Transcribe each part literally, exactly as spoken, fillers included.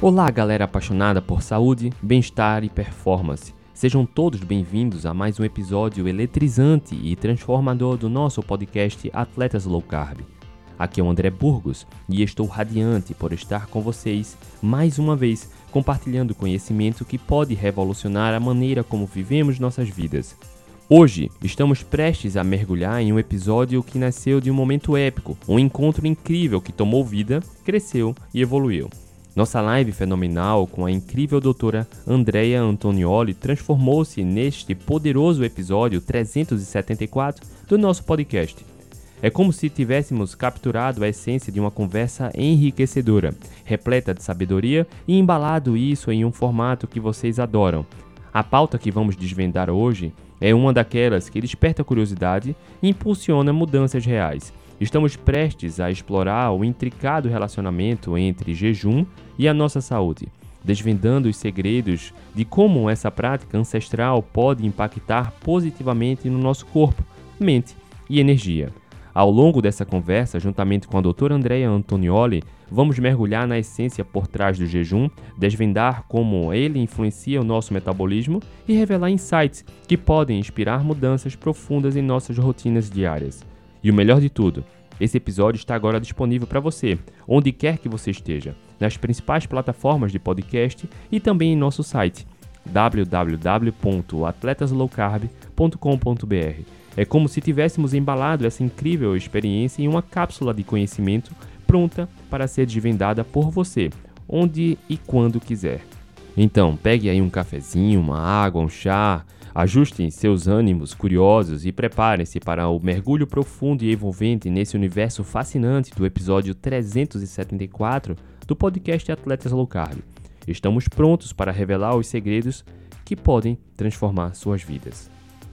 Olá, galera apaixonada por saúde, bem-estar e performance. Sejam todos bem-vindos a mais um episódio eletrizante e transformador do nosso podcast Atletas Low Carb. Aqui é o André Burgos e estou radiante por estar com vocês mais uma vez, compartilhando conhecimento que pode revolucionar a maneira como vivemos nossas vidas. Hoje, estamos prestes a mergulhar em um episódio que nasceu de um momento épico, um encontro incrível que tomou vida, cresceu e evoluiu. Nossa live fenomenal com a incrível doutora Andrea Antonioli transformou-se neste poderoso episódio trezentos e setenta e quatro do nosso podcast. É como se tivéssemos capturado a essência de uma conversa enriquecedora, repleta de sabedoria e embalado isso em um formato que vocês adoram. A pauta que vamos desvendar hoje é uma daquelas que desperta curiosidade e impulsiona mudanças reais. Estamos prestes a explorar o intricado relacionamento entre jejum e a nossa saúde, desvendando os segredos de como essa prática ancestral pode impactar positivamente no nosso corpo, mente e energia. Ao longo dessa conversa, juntamente com a doutora Andrea Antonioli, vamos mergulhar na essência por trás do jejum, desvendar como ele influencia o nosso metabolismo e revelar insights que podem inspirar mudanças profundas em nossas rotinas diárias. E o melhor de tudo, esse episódio está agora disponível para você, onde quer que você esteja, nas principais plataformas de podcast e também em nosso site w w w ponto atletas low carb ponto com ponto b r. É como se tivéssemos embalado essa incrível experiência em uma cápsula de conhecimento pronta para ser desvendada por você, onde e quando quiser. Então, pegue aí um cafezinho, uma água, um chá, ajustem seus ânimos curiosos e preparem-se para o mergulho profundo e envolvente nesse universo fascinante do episódio trezentos e setenta e quatro do podcast Atletas Low Carb. Estamos prontos para revelar os segredos que podem transformar suas vidas.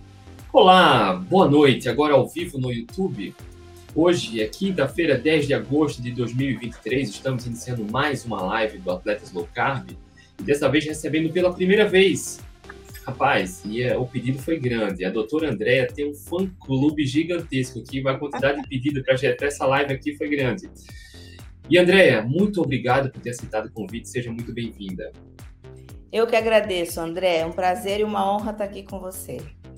Olá, boa noite, agora ao vivo no YouTube. Hoje é quinta-feira, dez de agosto de dois mil e vinte e três, estamos iniciando mais uma live do Atletas Low Carb e dessa vez recebendo pela primeira vez. Rapaz, e é, o pedido foi grande. A doutora Andrea tem um fã-clube gigantesco aqui, a quantidade de pedido para essa live aqui foi grande. E Andrea, muito obrigado por ter aceitado o convite, seja muito bem-vinda. Eu que agradeço, André, é um prazer e uma honra estar aqui com você.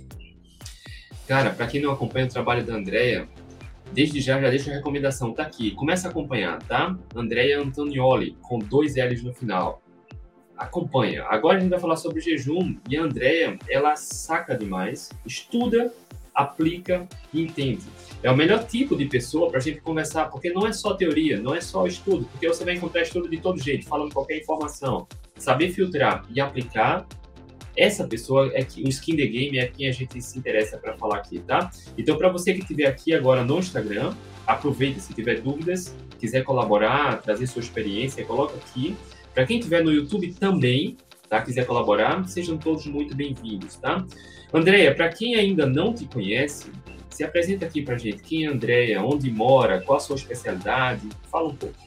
Cara, para quem não acompanha o trabalho da Andrea, desde já já deixo a recomendação, tá aqui, começa a acompanhar, tá? Andrea Antonioli, com dois L's no final. Acompanha. Agora a gente vai falar sobre jejum e a Andrea, ela saca demais, estuda, aplica e entende. É o melhor tipo de pessoa para a gente conversar, porque não é só teoria, não é só estudo, porque você vai encontrar estudo de todo jeito, falando qualquer informação. Saber filtrar e aplicar, essa pessoa é que o skin the game é quem a gente se interessa para falar aqui, tá? Então, para você que estiver aqui agora no Instagram, aproveita, se tiver dúvidas, quiser colaborar, trazer sua experiência, coloca aqui. Para quem estiver no YouTube também, tá? Quiser colaborar, sejam todos muito bem-vindos, tá? Andrea, para quem ainda não te conhece, se apresenta aqui para a gente. Quem é a Andrea? Onde mora? Qual a sua especialidade? Fala um pouco.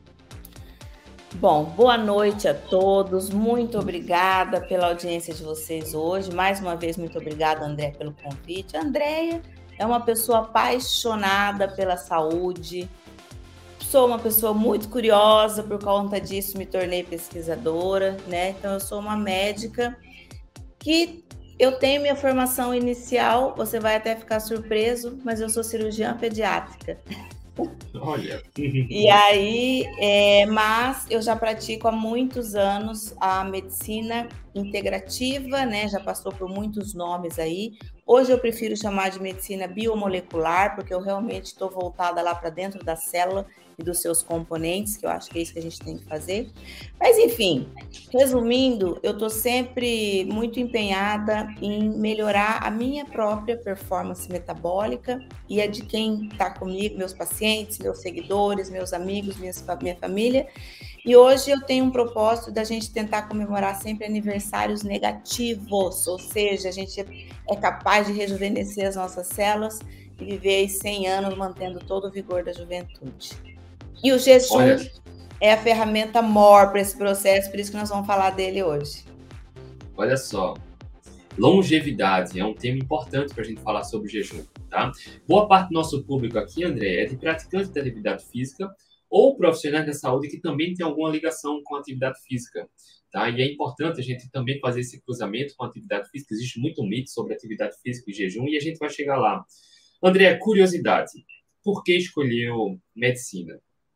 Bom, boa noite a todos. Muito obrigada pela audiência de vocês hoje. Mais uma vez, muito obrigada, André, pelo convite. A Andrea é uma pessoa apaixonada pela saúde. Sou uma pessoa muito curiosa, por conta disso me tornei pesquisadora, né? Então, eu sou uma médica que eu tenho minha formação inicial, você vai até ficar surpreso, mas eu sou cirurgiã pediátrica. Olha. E aí, é, mas eu já pratico há muitos anos a medicina integrativa, né? Já passou por muitos nomes aí. Hoje eu prefiro chamar de medicina biomolecular, porque eu realmente estou voltada lá para dentro da célula e dos seus componentes, que eu acho que é isso que a gente tem que fazer. Mas, enfim, resumindo, eu estou sempre muito empenhada em melhorar a minha própria performance metabólica e a de quem está comigo, meus pacientes, meus seguidores, meus amigos, minhas, minha família. E hoje eu tenho um propósito da gente tentar comemorar sempre aniversários negativos, ou seja, a gente é capaz de rejuvenescer as nossas células e viver aí cem anos mantendo todo o vigor da juventude. E o jejum Olha. é a ferramenta maior para esse processo, por isso que nós vamos falar dele hoje. Olha só, longevidade é um tema importante para a gente falar sobre jejum, tá? Boa parte do nosso público aqui, André, é de praticantes de atividade física ou profissionais da saúde que também têm alguma ligação com a atividade física. Tá? E é importante a gente também fazer esse cruzamento com a atividade física. Existe muito mito sobre atividade física e jejum, e a gente vai chegar lá. André, curiosidade. Por que escolheu medicina?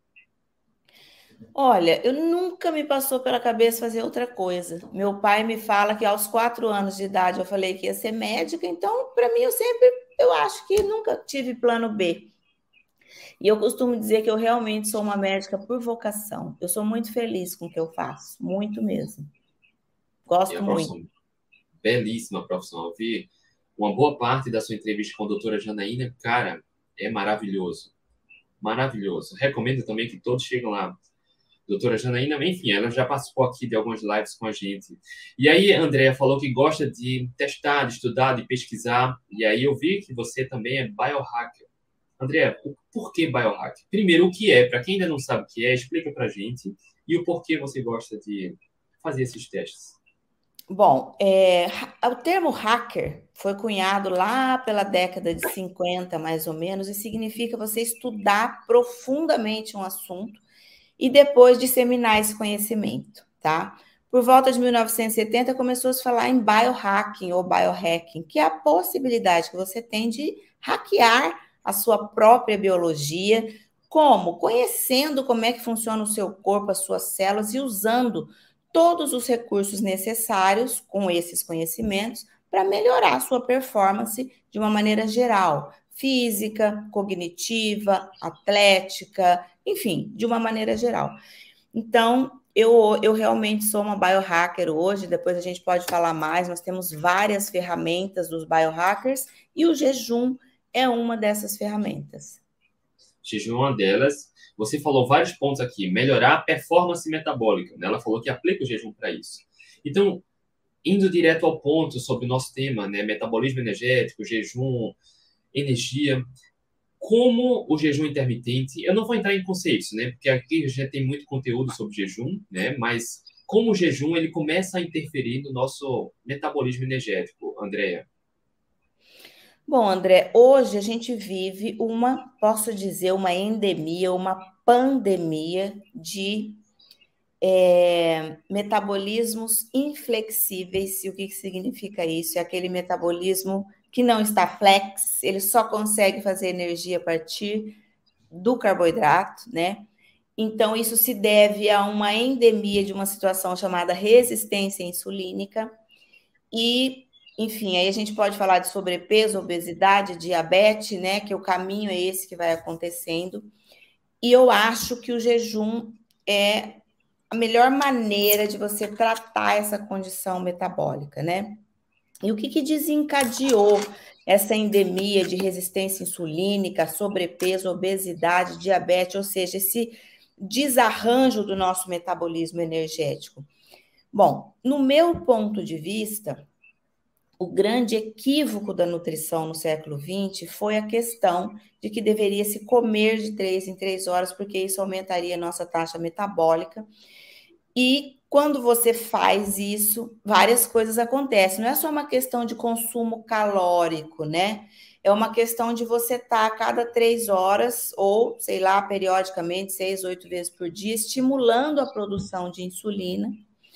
Olha, eu nunca me passou pela cabeça fazer outra coisa. Meu pai me fala que aos quatro anos de idade eu falei que ia ser médica, então, para mim, eu sempre, eu acho que nunca tive plano B. E eu costumo dizer que eu realmente sou uma médica por vocação. Eu sou muito feliz com o que eu faço, muito mesmo. Gosto É uma muito. profissão, belíssima profissão. Eu vi uma boa parte da sua entrevista com a doutora Janaína, cara, é maravilhoso. Maravilhoso. Recomendo também que todos cheguem lá. Doutora Janaína, enfim, ela já participou aqui de algumas lives com a gente. E aí, a Andrea falou que gosta de testar, de estudar, de pesquisar. E aí eu vi que você também é biohacker. Andrea, por que biohacker? Primeiro, o que é? Para quem ainda não sabe o que é, explica para a gente. E o porquê você gosta de fazer esses testes. Bom, é, o termo hacker foi cunhado lá pela década de cinquenta, mais ou menos, e significa você estudar profundamente um assunto e depois disseminar esse conhecimento, tá? Por volta de mil novecentos e setenta, começou a se falar em biohacking ou biohacking, que é a possibilidade que você tem de hackear a sua própria biologia. Como? Conhecendo como é que funciona o seu corpo, as suas células e usando todos os recursos necessários com esses conhecimentos para melhorar a sua performance de uma maneira geral, física, cognitiva, atlética, enfim, de uma maneira geral. Então, eu, eu realmente sou uma biohacker hoje, depois a gente pode falar mais, nós temos várias ferramentas dos biohackers e o jejum é uma dessas ferramentas. Jejum é uma delas. Você falou vários pontos aqui. Melhorar a performance metabólica. Ela falou que aplica o jejum para isso. Então, indo direto ao ponto sobre o nosso tema, né? Metabolismo energético, jejum, energia. Como o jejum intermitente... Eu não vou entrar em conceitos, né? Porque aqui já tem muito conteúdo sobre jejum, né? Mas como o jejum ele começa a interferir no nosso metabolismo energético, Andrea? Bom, André, hoje a gente vive uma, posso dizer, uma endemia, uma pandemia de é, metabolismos inflexíveis. E o que, que significa isso? É aquele metabolismo que não está flex, ele só consegue fazer energia a partir do carboidrato, né? Então, isso se deve a uma endemia de uma situação chamada resistência insulínica e enfim, aí a gente pode falar de sobrepeso, obesidade, diabetes, né? Que o caminho é esse que vai acontecendo. E eu acho que o jejum é a melhor maneira de você tratar essa condição metabólica, né? E o que, que desencadeou essa endemia de resistência insulínica, sobrepeso, obesidade, diabetes, ou seja, esse desarranjo do nosso metabolismo energético? Bom, no meu ponto de vista, o grande equívoco da nutrição no século vinte foi a questão de que deveria se comer de três em três horas, porque isso aumentaria a nossa taxa metabólica. E quando você faz isso, várias coisas acontecem. Não é só uma questão de consumo calórico, né? É uma questão de você estar a cada três horas, ou, sei lá, periodicamente, seis, oito vezes por dia, estimulando a produção de insulina.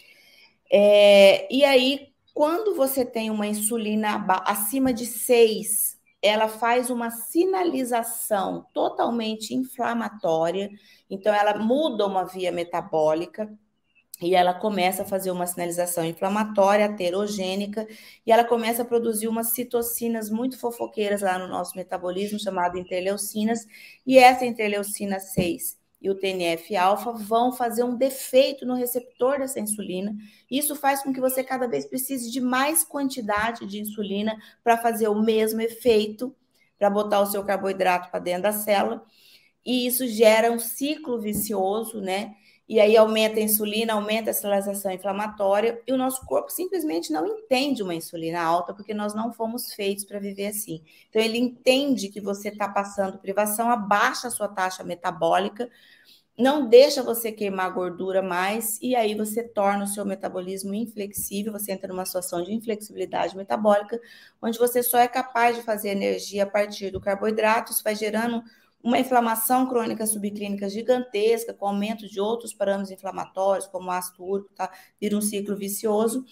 É, e aí, quando você tem uma insulina acima de seis, ela faz uma sinalização totalmente inflamatória, então ela muda uma via metabólica e ela começa a fazer uma sinalização inflamatória, aterogênica, e ela começa a produzir umas citocinas muito fofoqueiras lá no nosso metabolismo, chamado interleucinas, e essa interleucina seis e o T N F-alfa vão fazer um defeito no receptor dessa insulina. Isso faz com que você cada vez precise de mais quantidade de insulina para fazer o mesmo efeito, para botar o seu carboidrato para dentro da célula. E isso gera um ciclo vicioso, né? E aí aumenta a insulina, aumenta a sinalização inflamatória, e o nosso corpo simplesmente não entende uma insulina alta, porque nós não fomos feitos para viver assim. Então, ele entende que você está passando privação, abaixa a sua taxa metabólica, não deixa você queimar gordura mais, e aí você torna o seu metabolismo inflexível, você entra numa situação de inflexibilidade metabólica, onde você só é capaz de fazer energia a partir do carboidrato, isso vai gerando uma inflamação crônica subclínica gigantesca, com aumento de outros parâmetros inflamatórios, como ácido úrico, tá? Vira um ciclo vicioso.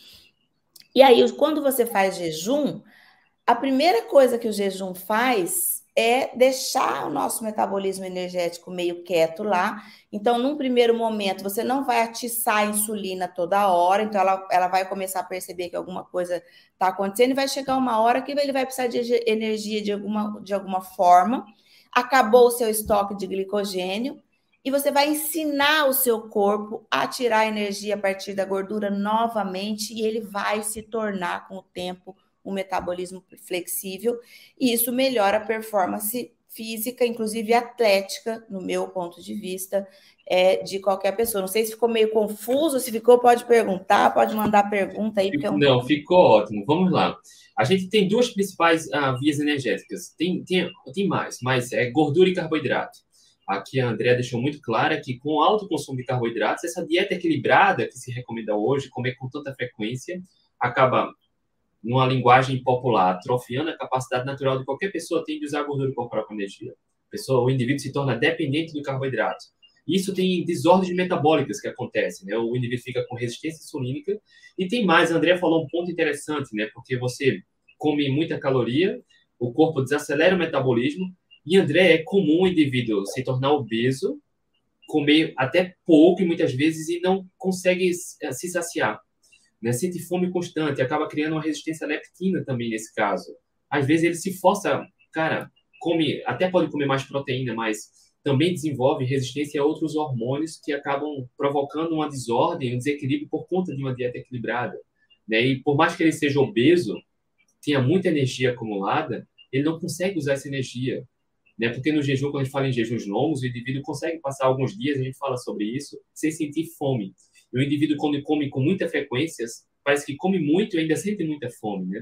E aí, quando você faz jejum, a primeira coisa que o jejum faz é deixar o nosso metabolismo energético meio quieto lá. Então, num primeiro momento, você não vai atiçar a insulina toda hora, então ela, ela vai começar a perceber que alguma coisa está acontecendo e vai chegar uma hora que ele vai precisar de energia de alguma, de alguma forma. Acabou o seu estoque de glicogênio e você vai ensinar o seu corpo a tirar energia a partir da gordura novamente e ele vai se tornar, com o tempo, um metabolismo flexível, e isso melhora a performance física, inclusive atlética, no meu ponto de vista, é, de qualquer pessoa. Não sei se ficou meio confuso, se ficou, pode perguntar, pode mandar pergunta aí. Porque é um... Não, ficou ótimo. Vamos lá. A gente tem duas principais uh, vias energéticas. Tem, tem, tem mais, mas é gordura e carboidrato. Aqui a Andrea deixou muito clara que com alto consumo de carboidratos, essa dieta equilibrada que se recomenda hoje, comer com tanta frequência, acaba, numa linguagem popular, atrofiando a capacidade natural de qualquer pessoa tem de usar a gordura corporal para energia. A pessoa, o indivíduo se torna dependente do carboidrato. Isso tem desordens metabólicas que acontecem, né? O indivíduo fica com resistência insulínica. E tem mais, a Andrea falou um ponto interessante, né? Porque você come muita caloria, o corpo desacelera o metabolismo, e, André, é comum o indivíduo se tornar obeso, comer até pouco e muitas vezes e não consegue se saciar, né? Sente fome constante, acaba criando uma resistência à leptina também nesse caso. Às vezes ele se força, cara, come, até pode comer mais proteína, mas também desenvolve resistência a outros hormônios que acabam provocando uma desordem, um desequilíbrio por conta de uma dieta equilibrada, né? E por mais que ele seja obeso, tenha muita energia acumulada, ele não consegue usar essa energia, né? Porque no jejum, quando a gente fala em jejuns longos, o indivíduo consegue passar alguns dias, a gente fala sobre isso, sem sentir fome. E o indivíduo, quando come com muita frequência, parece que come muito e ainda sente muita fome, né?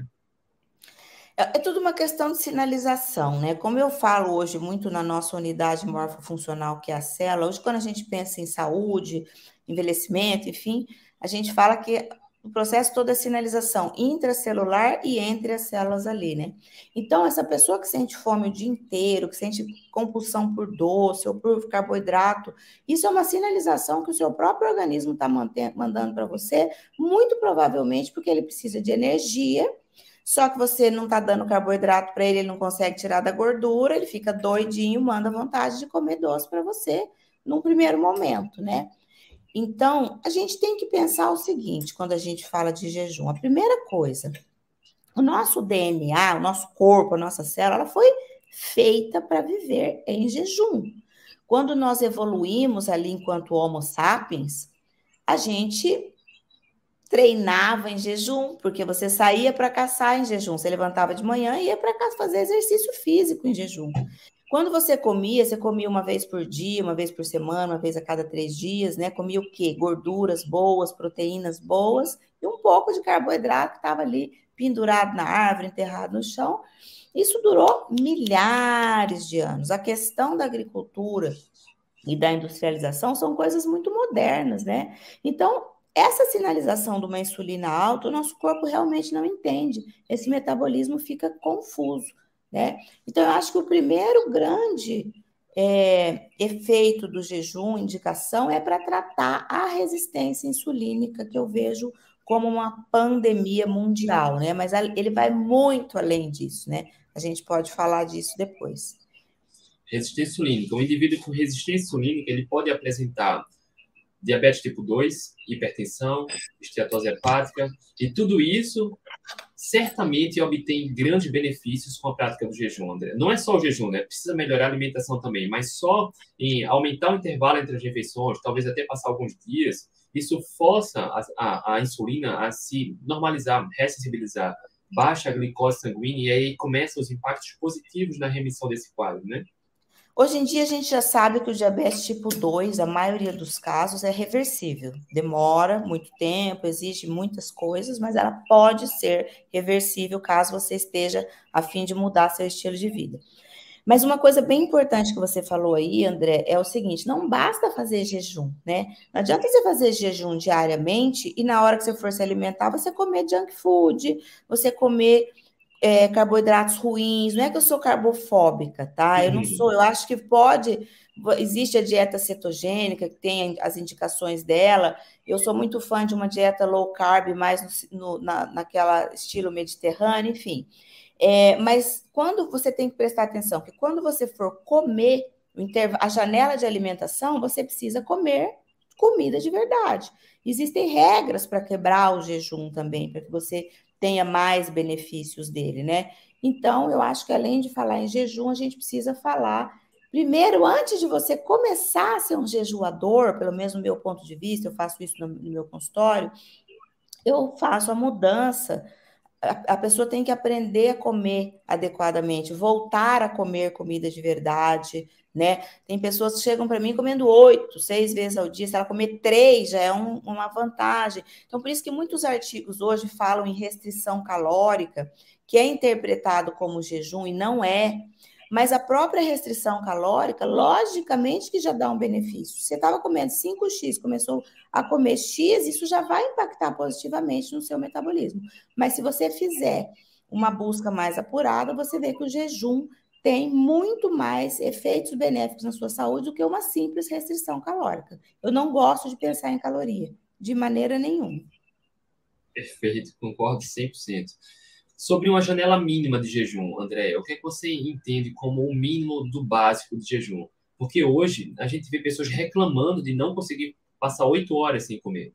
É tudo uma questão de sinalização, né? Como eu falo hoje muito na nossa unidade morfofuncional, que é a célula, hoje quando a gente pensa em saúde, envelhecimento, enfim, a gente fala que o processo todo é sinalização intracelular e entre as células ali, né? Então, essa pessoa que sente fome o dia inteiro, que sente compulsão por doce ou por carboidrato, isso é uma sinalização que o seu próprio organismo está mandando para você, muito provavelmente porque ele precisa de energia. Só que você não está dando carboidrato para ele, ele não consegue tirar da gordura, ele fica doidinho, manda vontade de comer doce para você num primeiro momento, né? Então, a gente tem que pensar o seguinte, quando a gente fala de jejum. A primeira coisa, o nosso D N A, o nosso corpo, a nossa célula, ela foi feita para viver em jejum. Quando nós evoluímos ali enquanto Homo sapiens, a gente treinava em jejum, porque você saía para caçar em jejum, você levantava de manhã e ia para fazer exercício físico em jejum. Quando você comia, você comia uma vez por dia, uma vez por semana, uma vez a cada três dias, né? Comia o quê? Gorduras boas, proteínas boas e um pouco de carboidrato que estava ali pendurado na árvore, enterrado no chão. Isso durou milhares de anos. A questão da agricultura e da industrialização são coisas muito modernas, né? Então, essa sinalização de uma insulina alta, o nosso corpo realmente não entende. Esse metabolismo fica confuso, né? Então, eu acho que o primeiro grande é, efeito do jejum, indicação, é para tratar a resistência insulínica, que eu vejo como uma pandemia mundial, né? Mas ele vai muito além disso, né? A gente pode falar disso depois. Resistência insulínica. Um indivíduo com resistência insulínica, ele pode apresentar diabetes tipo dois, hipertensão, esteatose hepática, e tudo isso certamente obtém grandes benefícios com a prática do jejum, André. Não é só o jejum, né? Precisa melhorar a alimentação também, mas só em aumentar o intervalo entre as refeições, talvez até passar alguns dias, isso força a, a, a insulina a se normalizar, ressensibilizar, baixa a glicose sanguínea, e aí começam os impactos positivos na remissão desse quadro, né? Hoje em dia, a gente já sabe que o diabetes tipo dois, a maioria dos casos, é reversível. Demora muito tempo, exige muitas coisas, mas ela pode ser reversível caso você esteja a fim de mudar seu estilo de vida. Mas uma coisa bem importante que você falou aí, André, é o seguinte, não basta fazer jejum, né? Não adianta você fazer jejum diariamente e na hora que você for se alimentar, você comer junk food, você comer é, carboidratos ruins, não é que eu sou carbofóbica, tá? Eu não sou, eu acho que pode, existe a dieta cetogênica, que tem as indicações dela, eu sou muito fã de uma dieta low carb, mais no, no, na, naquela estilo mediterrâneo, enfim. É, mas quando você tem que prestar atenção, que quando você for comer, a janela de alimentação, você precisa comer comida de verdade. Existem regras para quebrar o jejum também, para que você tenha mais benefícios dele, né? Então, eu acho que além de falar em jejum, a gente precisa falar, primeiro, antes de você começar a ser um jejuador, pelo menos no meu ponto de vista, eu faço isso no, no meu consultório, eu faço a mudança. A, a pessoa tem que aprender a comer adequadamente, voltar a comer comida de verdade, né? Tem pessoas que chegam para mim comendo oito, seis vezes ao dia. Se ela comer três, já é um, uma vantagem. Então, por isso que muitos artigos hoje falam em restrição calórica, que é interpretado como jejum e não é. Mas a própria restrição calórica, logicamente que já dá um benefício. Você estava comendo cinco x, começou a comer X, isso já vai impactar positivamente no seu metabolismo. Mas se você fizer uma busca mais apurada, você vê que o jejum tem muito mais efeitos benéficos na sua saúde do que uma simples restrição calórica. Eu não gosto de pensar em caloria, de maneira nenhuma. Perfeito, concordo cem por cento. Sobre uma janela mínima de jejum, André, o que é que você entende como o mínimo do básico de jejum? Porque hoje a gente vê pessoas reclamando de não conseguir passar oito horas sem comer.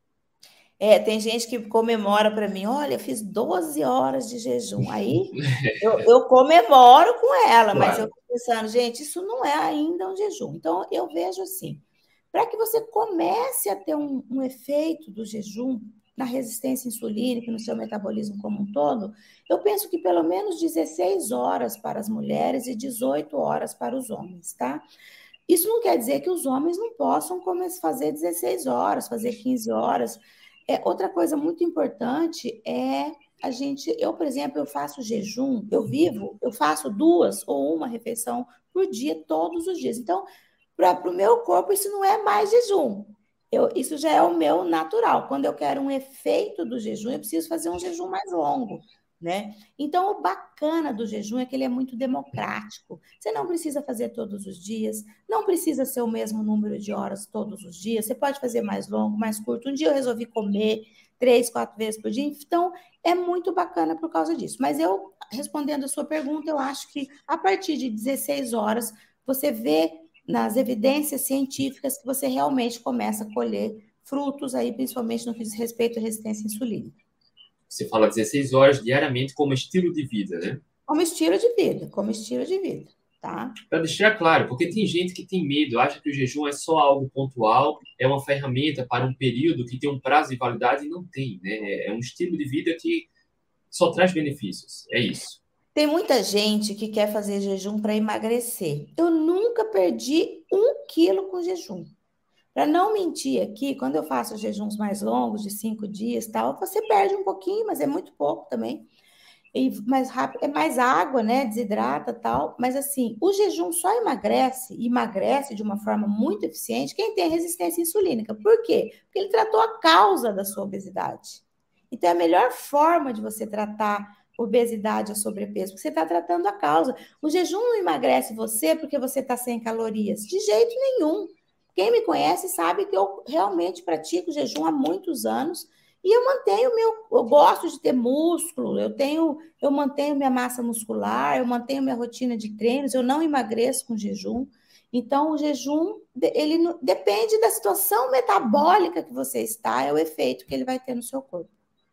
É, tem gente que comemora para mim, olha, fiz doze horas de jejum. Aí eu, eu comemoro com ela, claro. Mas eu estou pensando, gente, isso não é ainda um jejum. Então, eu vejo assim, para que você comece a ter um, um efeito do jejum na resistência insulínica, no seu metabolismo como um todo, eu penso que pelo menos dezesseis horas para as mulheres e dezoito horas para os homens, tá? Isso não quer dizer que os homens não possam começar a fazer dezesseis horas, fazer quinze horas. É, outra coisa muito importante é a gente, eu, por exemplo, eu faço jejum, eu vivo, eu faço duas ou uma refeição por dia, todos os dias. Então, para o meu corpo, isso não é mais jejum. Eu, isso já é o meu natural. Quando eu quero um efeito do jejum, eu preciso fazer um jejum mais longo, né? Então, o bacana do jejum é que ele é muito democrático. Você não precisa fazer todos os dias, não precisa ser o mesmo número de horas todos os dias. Você pode fazer mais longo, mais curto. Um dia eu resolvi comer três, quatro vezes por dia. Então, é muito bacana por causa disso. Mas eu, respondendo a sua pergunta, eu acho que a partir de dezesseis horas, você vê nas evidências científicas que você realmente começa a colher frutos aí, principalmente no que diz respeito à resistência insulínica. Você fala dezesseis horas diariamente como estilo de vida, né? Como estilo de vida, como estilo de vida, tá? Para deixar claro, porque tem gente que tem medo, acha que o jejum é só algo pontual, é uma ferramenta para um período que tem um prazo de validade e não tem, né? É um estilo de vida que só traz benefícios, é isso. Tem muita gente que quer fazer jejum para emagrecer. Eu nunca perdi um quilo com jejum. Para não mentir aqui, quando eu faço jejuns mais longos, de cinco dias e tal, você perde um pouquinho, mas é muito pouco também. E mais rápido, é mais água, né? Desidrata tal. Mas assim, o jejum só emagrece, e emagrece de uma forma muito eficiente quem tem resistência insulínica. Por quê? Porque ele tratou a causa da sua obesidade. Então, é a melhor forma de você tratar obesidade ou sobrepeso, porque você está tratando a causa. O jejum não emagrece você porque você está sem calorias. De jeito nenhum. Quem me conhece sabe que eu realmente pratico jejum há muitos anos e eu mantenho meu, eu gosto de ter músculo, eu tenho, eu mantenho minha massa muscular, eu mantenho minha rotina de treinos, eu não emagreço com jejum. Então, o jejum, ele não, depende da situação metabólica que você está, é o efeito que ele vai ter no seu corpo.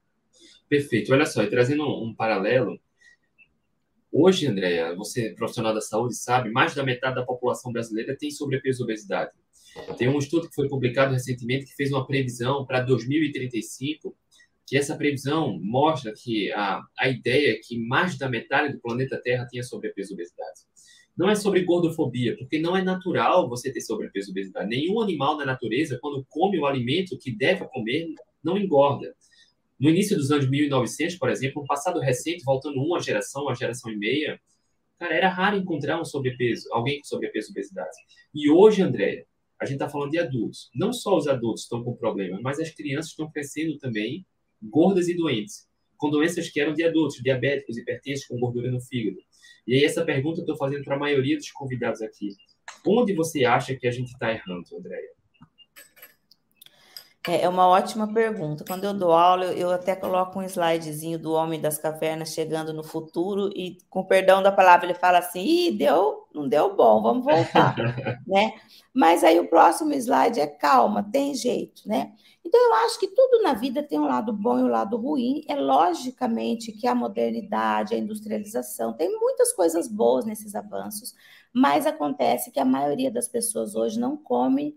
Perfeito. Olha só, e trazendo um, um paralelo, hoje, Andréia, você, profissional da saúde, sabe, mais da metade da população brasileira tem sobrepeso e obesidade. Tem um estudo que foi publicado recentemente que fez uma previsão para dois mil e trinta e cinco, que essa previsão mostra que a, a ideia é que mais da metade do planeta Terra tenha sobrepeso e obesidade. Não é sobre gordofobia, porque não é natural você ter sobrepeso e obesidade. Nenhum animal na natureza, quando come o alimento que deve comer, não engorda. No início dos anos mil e novecentos, por exemplo, um passado recente, voltando uma geração, uma geração e meia, cara, era raro encontrar um sobrepeso, alguém com sobrepeso e obesidade. E hoje, Andréia, a gente está falando de adultos. Não só os adultos estão com problema, mas as crianças estão crescendo também gordas e doentes. com doenças que eram de adultos, diabéticos, hipertensos, com gordura no fígado. E aí essa pergunta eu estou fazendo para a maioria dos convidados aqui. Onde você acha que a gente está errando, Andréia? É uma ótima pergunta. Quando eu dou aula, eu até coloco um slidezinho do Homem das Cavernas chegando no futuro e, com perdão da palavra, ele fala assim, Ih, deu, não deu bom, vamos voltar, né? Mas aí o próximo slide é calma, tem jeito, né? Então, eu acho que tudo na vida tem um lado bom e um lado ruim. É logicamente que a modernidade, a industrialização, tem muitas coisas boas nesses avanços, mas acontece que a maioria das pessoas hoje não come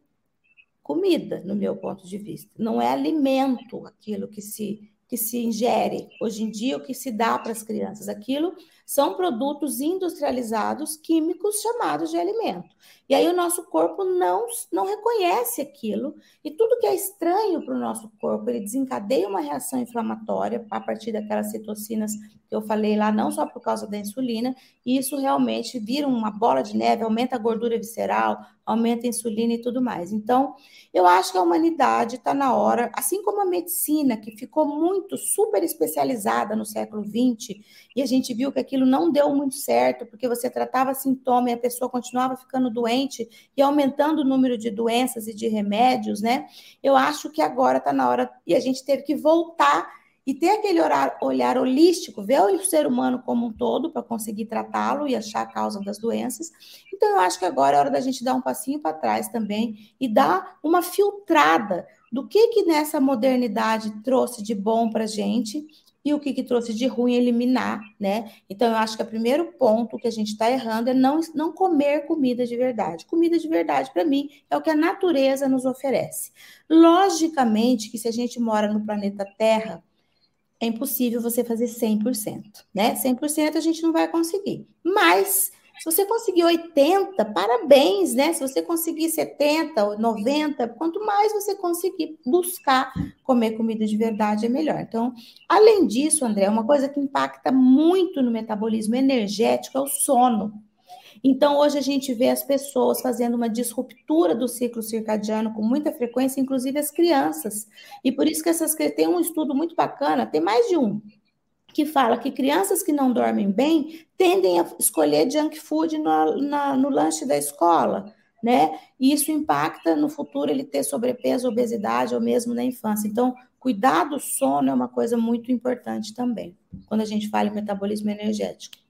comida, no meu ponto de vista. Não é alimento aquilo que se, que se ingere. Hoje em dia, o que se dá para as crianças, aquilo são produtos industrializados, químicos, chamados de alimento. E aí o nosso corpo não, não reconhece aquilo, e tudo que é estranho para o nosso corpo, ele desencadeia uma reação inflamatória a partir daquelas citocinas que eu falei lá, não só por causa da insulina, e isso realmente vira uma bola de neve, aumenta a gordura visceral, aumenta a insulina e tudo mais. Então, eu acho que a humanidade está na hora, assim como a medicina, que ficou muito super especializada no século vinte, e a gente viu que aquilo não deu muito certo, porque você tratava sintoma e a pessoa continuava ficando doente e aumentando o número de doenças e de remédios, né? Eu acho que agora está na hora, e a gente teve que voltar e ter aquele olhar, olhar holístico, ver o ser humano como um todo para conseguir tratá-lo e achar a causa das doenças. Então, eu acho que agora é hora da gente dar um passinho para trás também e dar uma filtrada do que que nessa modernidade trouxe de bom para a gente e o que que trouxe de ruim, eliminar, né? Então, eu acho que o primeiro ponto que a gente está errando é não, não comer comida de verdade. Comida de verdade, para mim, é o que a natureza nos oferece. Logicamente que se a gente mora no planeta Terra, é impossível você fazer cem por cento, né? cem por cento a gente não vai conseguir. Mas, se você conseguir oitenta, parabéns, né? Se você conseguir setenta ou noventa, quanto mais você conseguir buscar comer comida de verdade, é melhor. Então, além disso, André, uma coisa que impacta muito no metabolismo energético é o sono. Então, hoje a gente vê as pessoas fazendo uma disruptura do ciclo circadiano com muita frequência, inclusive as crianças. E por isso que essas tem um estudo muito bacana, tem mais de um, que fala que crianças que não dormem bem tendem a escolher junk food no, na, no lanche da escola, né? E isso impacta no futuro ele ter sobrepeso, obesidade ou mesmo na infância. Então, cuidar do sono é uma coisa muito importante também, quando a gente fala em metabolismo energético.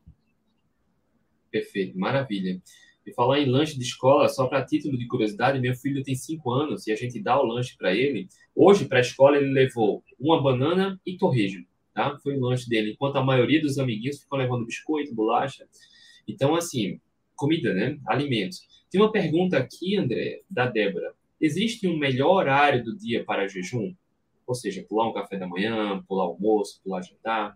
Perfeito, maravilha. E falar em lanche de escola, só para título de curiosidade, meu filho tem cinco anos e a gente dá o lanche para ele. Hoje, para a escola, ele levou uma banana e torresmo, tá? Foi o lanche dele, enquanto a maioria dos amiguinhos ficam levando biscoito, bolacha. Então, assim, comida, né? Alimentos. Tem uma pergunta aqui, André, da Débora. Existe um melhor horário do dia para jejum? Ou seja, pular um café da manhã, pular almoço, pular jantar?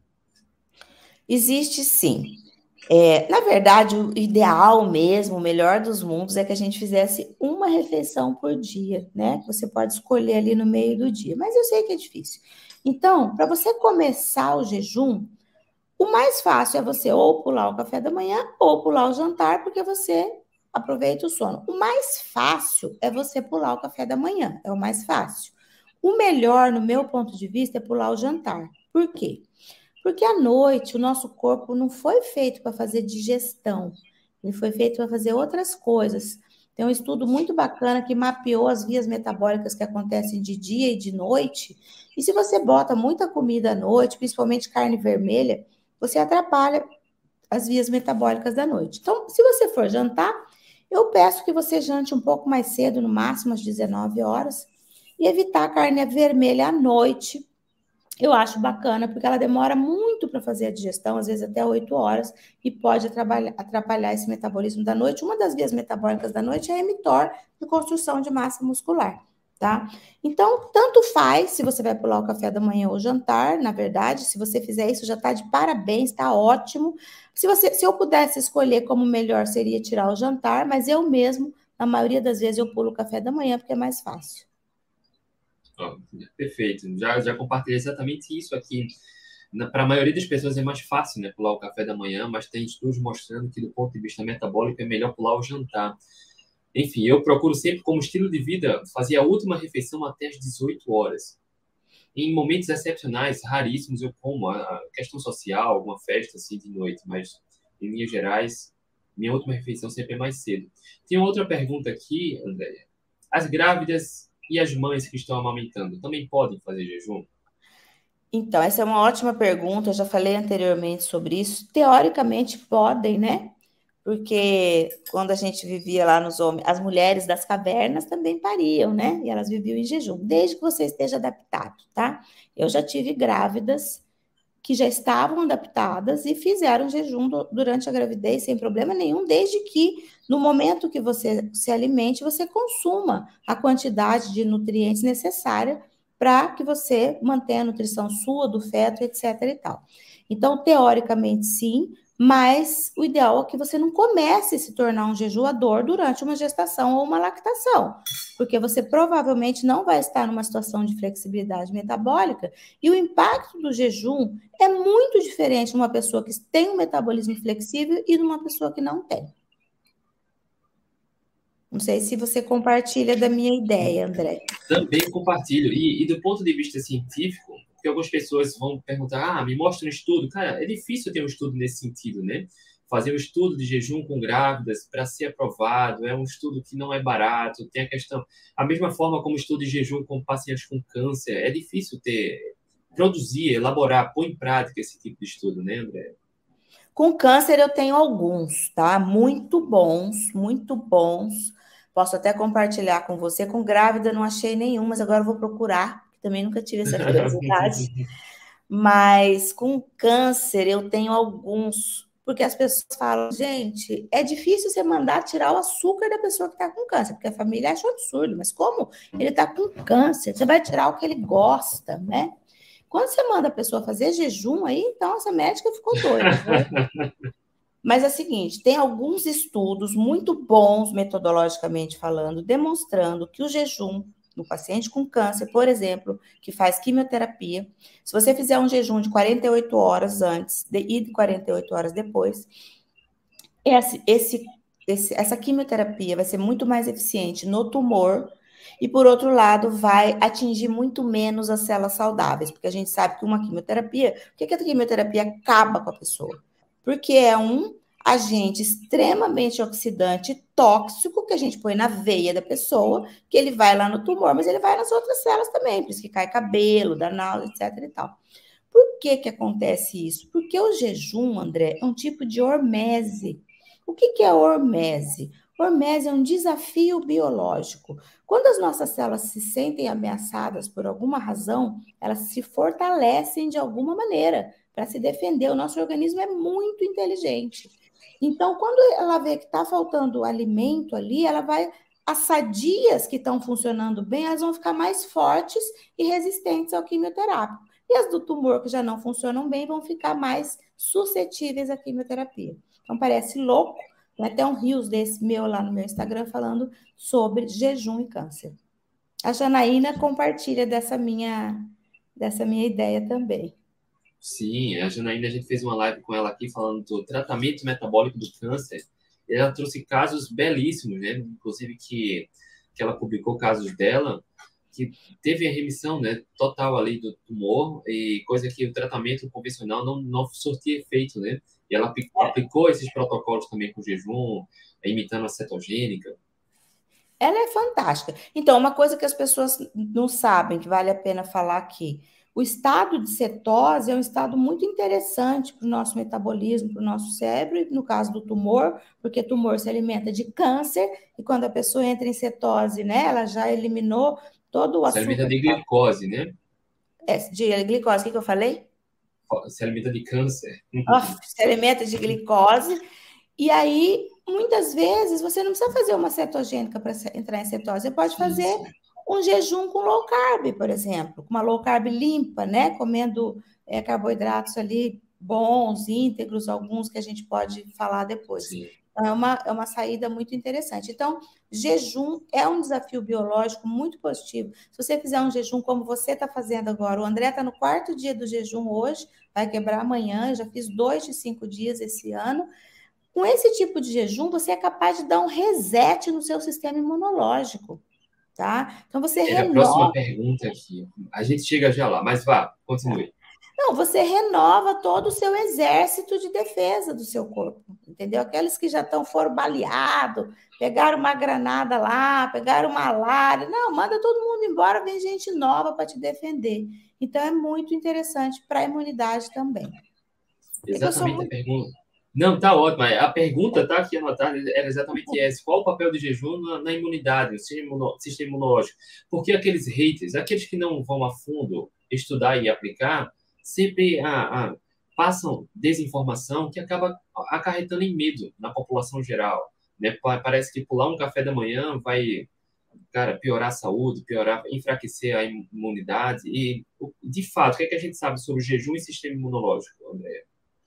Existe sim. É, na verdade, o ideal mesmo, o melhor dos mundos é que a gente fizesse uma refeição por dia, né? Você pode escolher ali no meio do dia, mas eu sei que é difícil. Então, para você começar o jejum, o mais fácil é você ou pular o café da manhã ou pular o jantar, porque você aproveita o sono. O mais fácil é você pular o café da manhã, é o mais fácil. O melhor, no meu ponto de vista, é pular o jantar. Por quê? Porque à noite o nosso corpo não foi feito para fazer digestão, ele foi feito para fazer outras coisas. Tem um estudo muito bacana que mapeou as vias metabólicas que acontecem de dia e de noite, e se você bota muita comida à noite, principalmente carne vermelha, você atrapalha as vias metabólicas da noite. Então, se você for jantar, eu peço que você jante um pouco mais cedo, no máximo às dezenove horas, e evitar a carne vermelha à noite. Eu acho bacana, porque ela demora muito para fazer a digestão, às vezes até oito horas, e pode atrapalhar, atrapalhar esse metabolismo da noite. Uma das vias metabólicas da noite é a mTOR, de construção de massa muscular, tá? Então, tanto faz se você vai pular o café da manhã ou o jantar, na verdade, se você fizer isso, já está de parabéns, está ótimo. Se, você, se eu pudesse escolher como melhor, seria tirar o jantar, mas eu mesmo, na maioria das vezes, eu pulo o café da manhã, porque é mais fácil. Oh, perfeito. Já, já compartilhei exatamente isso aqui. Para a maioria das pessoas é mais fácil, né, pular o café da manhã, mas tem estudos mostrando que, do ponto de vista metabólico, é melhor pular o jantar. Enfim, eu procuro sempre, como estilo de vida, fazer a última refeição até as dezoito horas. em momentos excepcionais, raríssimos, eu como. A questão social, alguma festa assim de noite, mas em linhas gerais, minha última refeição sempre é mais cedo. Tem outra pergunta aqui, Andréia. As grávidas e as mães que estão amamentando também podem fazer jejum? Então, essa é uma ótima pergunta, eu já falei anteriormente sobre isso. Teoricamente podem, né? Porque quando a gente vivia lá nos homens, as mulheres das cavernas também pariam, né? E elas viviam em jejum, desde que você esteja adaptado, tá? Eu já tive grávidas que já estavam adaptadas e fizeram jejum do, durante a gravidez sem problema nenhum, desde que no momento que você se alimente, você consuma a quantidade de nutrientes necessária para que você mantenha a nutrição sua, do feto, etc e tal. Então, teoricamente, sim, mas o ideal é que você não comece a se tornar um jejuador durante uma gestação ou uma lactação, porque você provavelmente não vai estar numa situação de flexibilidade metabólica e o impacto do jejum é muito diferente de uma pessoa que tem um metabolismo flexível e de uma pessoa que não tem. Não sei se você compartilha da minha ideia, André. Também compartilho. E, e do ponto de vista científico, porque algumas pessoas vão perguntar, ah, me mostra um estudo. Cara, é difícil ter um estudo nesse sentido, né? Fazer um estudo de jejum com grávidas para ser aprovado é um estudo que não é barato. Tem a questão, a mesma forma como o estudo de jejum com pacientes com câncer, é difícil ter, produzir, elaborar, pôr em prática esse tipo de estudo, né, André? Com câncer eu tenho alguns, tá? Muito bons, muito bons. Posso até compartilhar com você. Com grávida não achei nenhum, mas agora eu vou procurar, porque também nunca tive essa curiosidade. Mas com câncer eu tenho alguns, porque as pessoas falam, gente, é difícil você mandar tirar o açúcar da pessoa que está com câncer, porque a família acha um absurdo, mas como ele está com câncer, você vai tirar o que ele gosta, né? Quando você manda a pessoa fazer jejum aí, então essa médica ficou doida. Né? Mas é o seguinte, tem alguns estudos muito bons, metodologicamente falando, demonstrando que o jejum no paciente com câncer, por exemplo, que faz quimioterapia, se você fizer um jejum de quarenta e oito horas antes de, e de quarenta e oito horas depois, esse, esse, esse, essa quimioterapia vai ser muito mais eficiente no tumor e, por outro lado, vai atingir muito menos as células saudáveis, porque a gente sabe que uma quimioterapia, por que, que a quimioterapia acaba com a pessoa? Porque é um agente extremamente oxidante tóxico que a gente põe na veia da pessoa, que ele vai lá no tumor, mas ele vai nas outras células também, por isso que cai cabelo, dá náusea, etc e tal. Por que que acontece isso? Porque o jejum, André, é um tipo de hormese. O que que é hormese? Hormese é um desafio biológico. Quando as nossas células se sentem ameaçadas por alguma razão, elas se fortalecem de alguma maneira para se defender. O nosso organismo é muito inteligente. Então, quando ela vê que está faltando alimento ali, ela vai... As sadias que estão funcionando bem, elas vão ficar mais fortes e resistentes ao quimioterápico. E as do tumor, que já não funcionam bem, vão ficar mais suscetíveis à quimioterapia. Então, parece louco. Tem até um rios desse meu lá no meu Instagram falando sobre jejum e câncer. A Janaína compartilha dessa minha, dessa minha ideia também. Sim, a Janaína, a gente fez uma live com ela aqui falando do tratamento metabólico do câncer. Ela trouxe casos belíssimos, né? Inclusive que, que ela publicou casos dela que teve a remissão, né, total ali do tumor, e coisa que o tratamento convencional não, não surtia efeito, né? E ela aplicou esses protocolos também com jejum, imitando a cetogênica. Ela é fantástica. Então, uma coisa que as pessoas não sabem, que vale a pena falar aqui, o estado de cetose é um estado muito interessante para o nosso metabolismo, para o nosso cérebro, e no caso do tumor, porque tumor se alimenta de câncer, e quando a pessoa entra em cetose, né, ela já eliminou todo o açúcar. Se alimenta de glicose, né? É, de glicose, o que, que eu falei? Se alimenta de câncer. Oh, se alimenta de glicose. E aí, muitas vezes, você não precisa fazer uma cetogênica para entrar em cetose. Você pode fazer Isso. um jejum com low carb, por exemplo. Com uma low carb limpa, né? Comendo é, carboidratos ali bons, íntegros, alguns que a gente pode falar depois. Sim. É uma, é uma saída muito interessante. Então, jejum é um desafio biológico muito positivo. Se você fizer um jejum como você está fazendo agora, o André está no quarto dia do jejum hoje, vai quebrar amanhã, eu já fiz dois de cinco dias esse ano. Com esse tipo de jejum, você é capaz de dar um reset no seu sistema imunológico. tá? Então, você É, a próxima renova... pergunta aqui. A gente chega já lá, mas vá, continue. Não, você renova todo o seu exército de defesa do seu corpo, entendeu? Aqueles que já estão foram baleados, pegaram uma granada lá, pegaram uma malária. Não, manda todo mundo embora, vem gente nova para te defender. Então, é muito interessante para a imunidade também. Exatamente muito... a pergunta. Não, tá ótimo. A pergunta tá aqui anotada, era exatamente essa. Qual o papel do jejum na, na imunidade, no sistema imunológico? Porque aqueles haters, aqueles que não vão a fundo estudar e aplicar, sempre ah, ah, passam desinformação que acaba acarretando em medo na população geral. Né? Parece que pular um café da manhã vai, cara, piorar a saúde, piorar, enfraquecer a imunidade. E, de fato, o que, é que a gente sabe sobre o jejum e sistema imunológico, Andréa?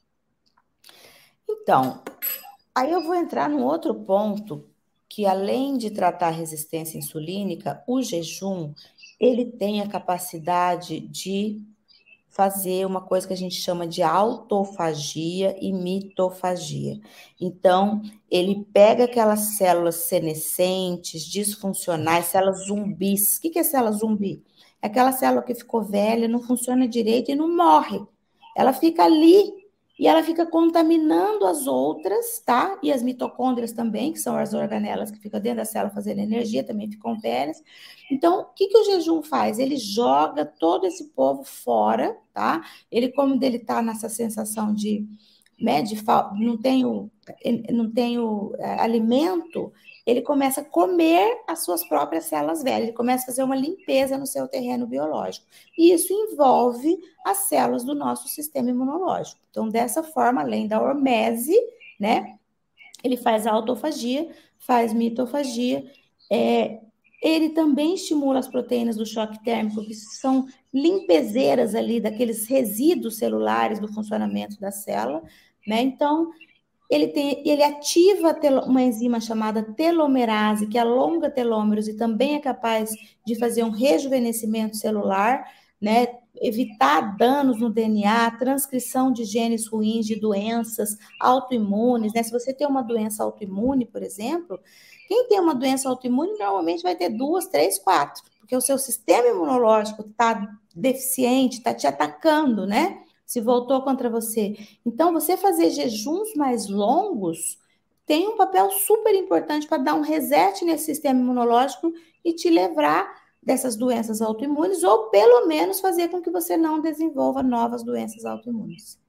Então, aí eu vou entrar num outro ponto, que além de tratar a resistência insulínica, o jejum, ele tem a capacidade de fazer uma coisa que a gente chama de autofagia e mitofagia. Então, ele pega aquelas células senescentes, disfuncionais, células zumbis. O que é célula zumbi? É aquela célula que ficou velha, não funciona direito e não morre. Ela fica ali e ela fica contaminando as outras, tá? E as mitocôndrias também, que são as organelas que ficam dentro da célula fazendo energia, também ficam velhas. Então, o que, que o jejum faz? Ele joga todo esse povo fora, tá? Ele, como ele tá nessa sensação de, né, de não tenho, não tenho é, alimento, ele começa a comer as suas próprias células velhas, ele começa a fazer uma limpeza no seu terreno biológico. E isso envolve as células do nosso sistema imunológico. Então, dessa forma, além da hormese, né, ele faz a autofagia, faz mitofagia, é, ele também estimula as proteínas do choque térmico, que são limpezeiras ali daqueles resíduos celulares do funcionamento da célula, né? Então, ele, tem, ele ativa uma enzima chamada telomerase, que alonga telômeros e também é capaz de fazer um rejuvenescimento celular, né? Evitar danos no D N A, transcrição de genes ruins de doenças autoimunes, né? Se você tem uma doença autoimune, por exemplo, quem tem uma doença autoimune normalmente vai ter duas, três, quatro, porque o seu sistema imunológico está deficiente, está te atacando, né? Se voltou contra você. Então, você fazer jejuns mais longos tem um papel super importante para dar um reset nesse sistema imunológico e te livrar dessas doenças autoimunes, ou pelo menos fazer com que você não desenvolva novas doenças autoimunes.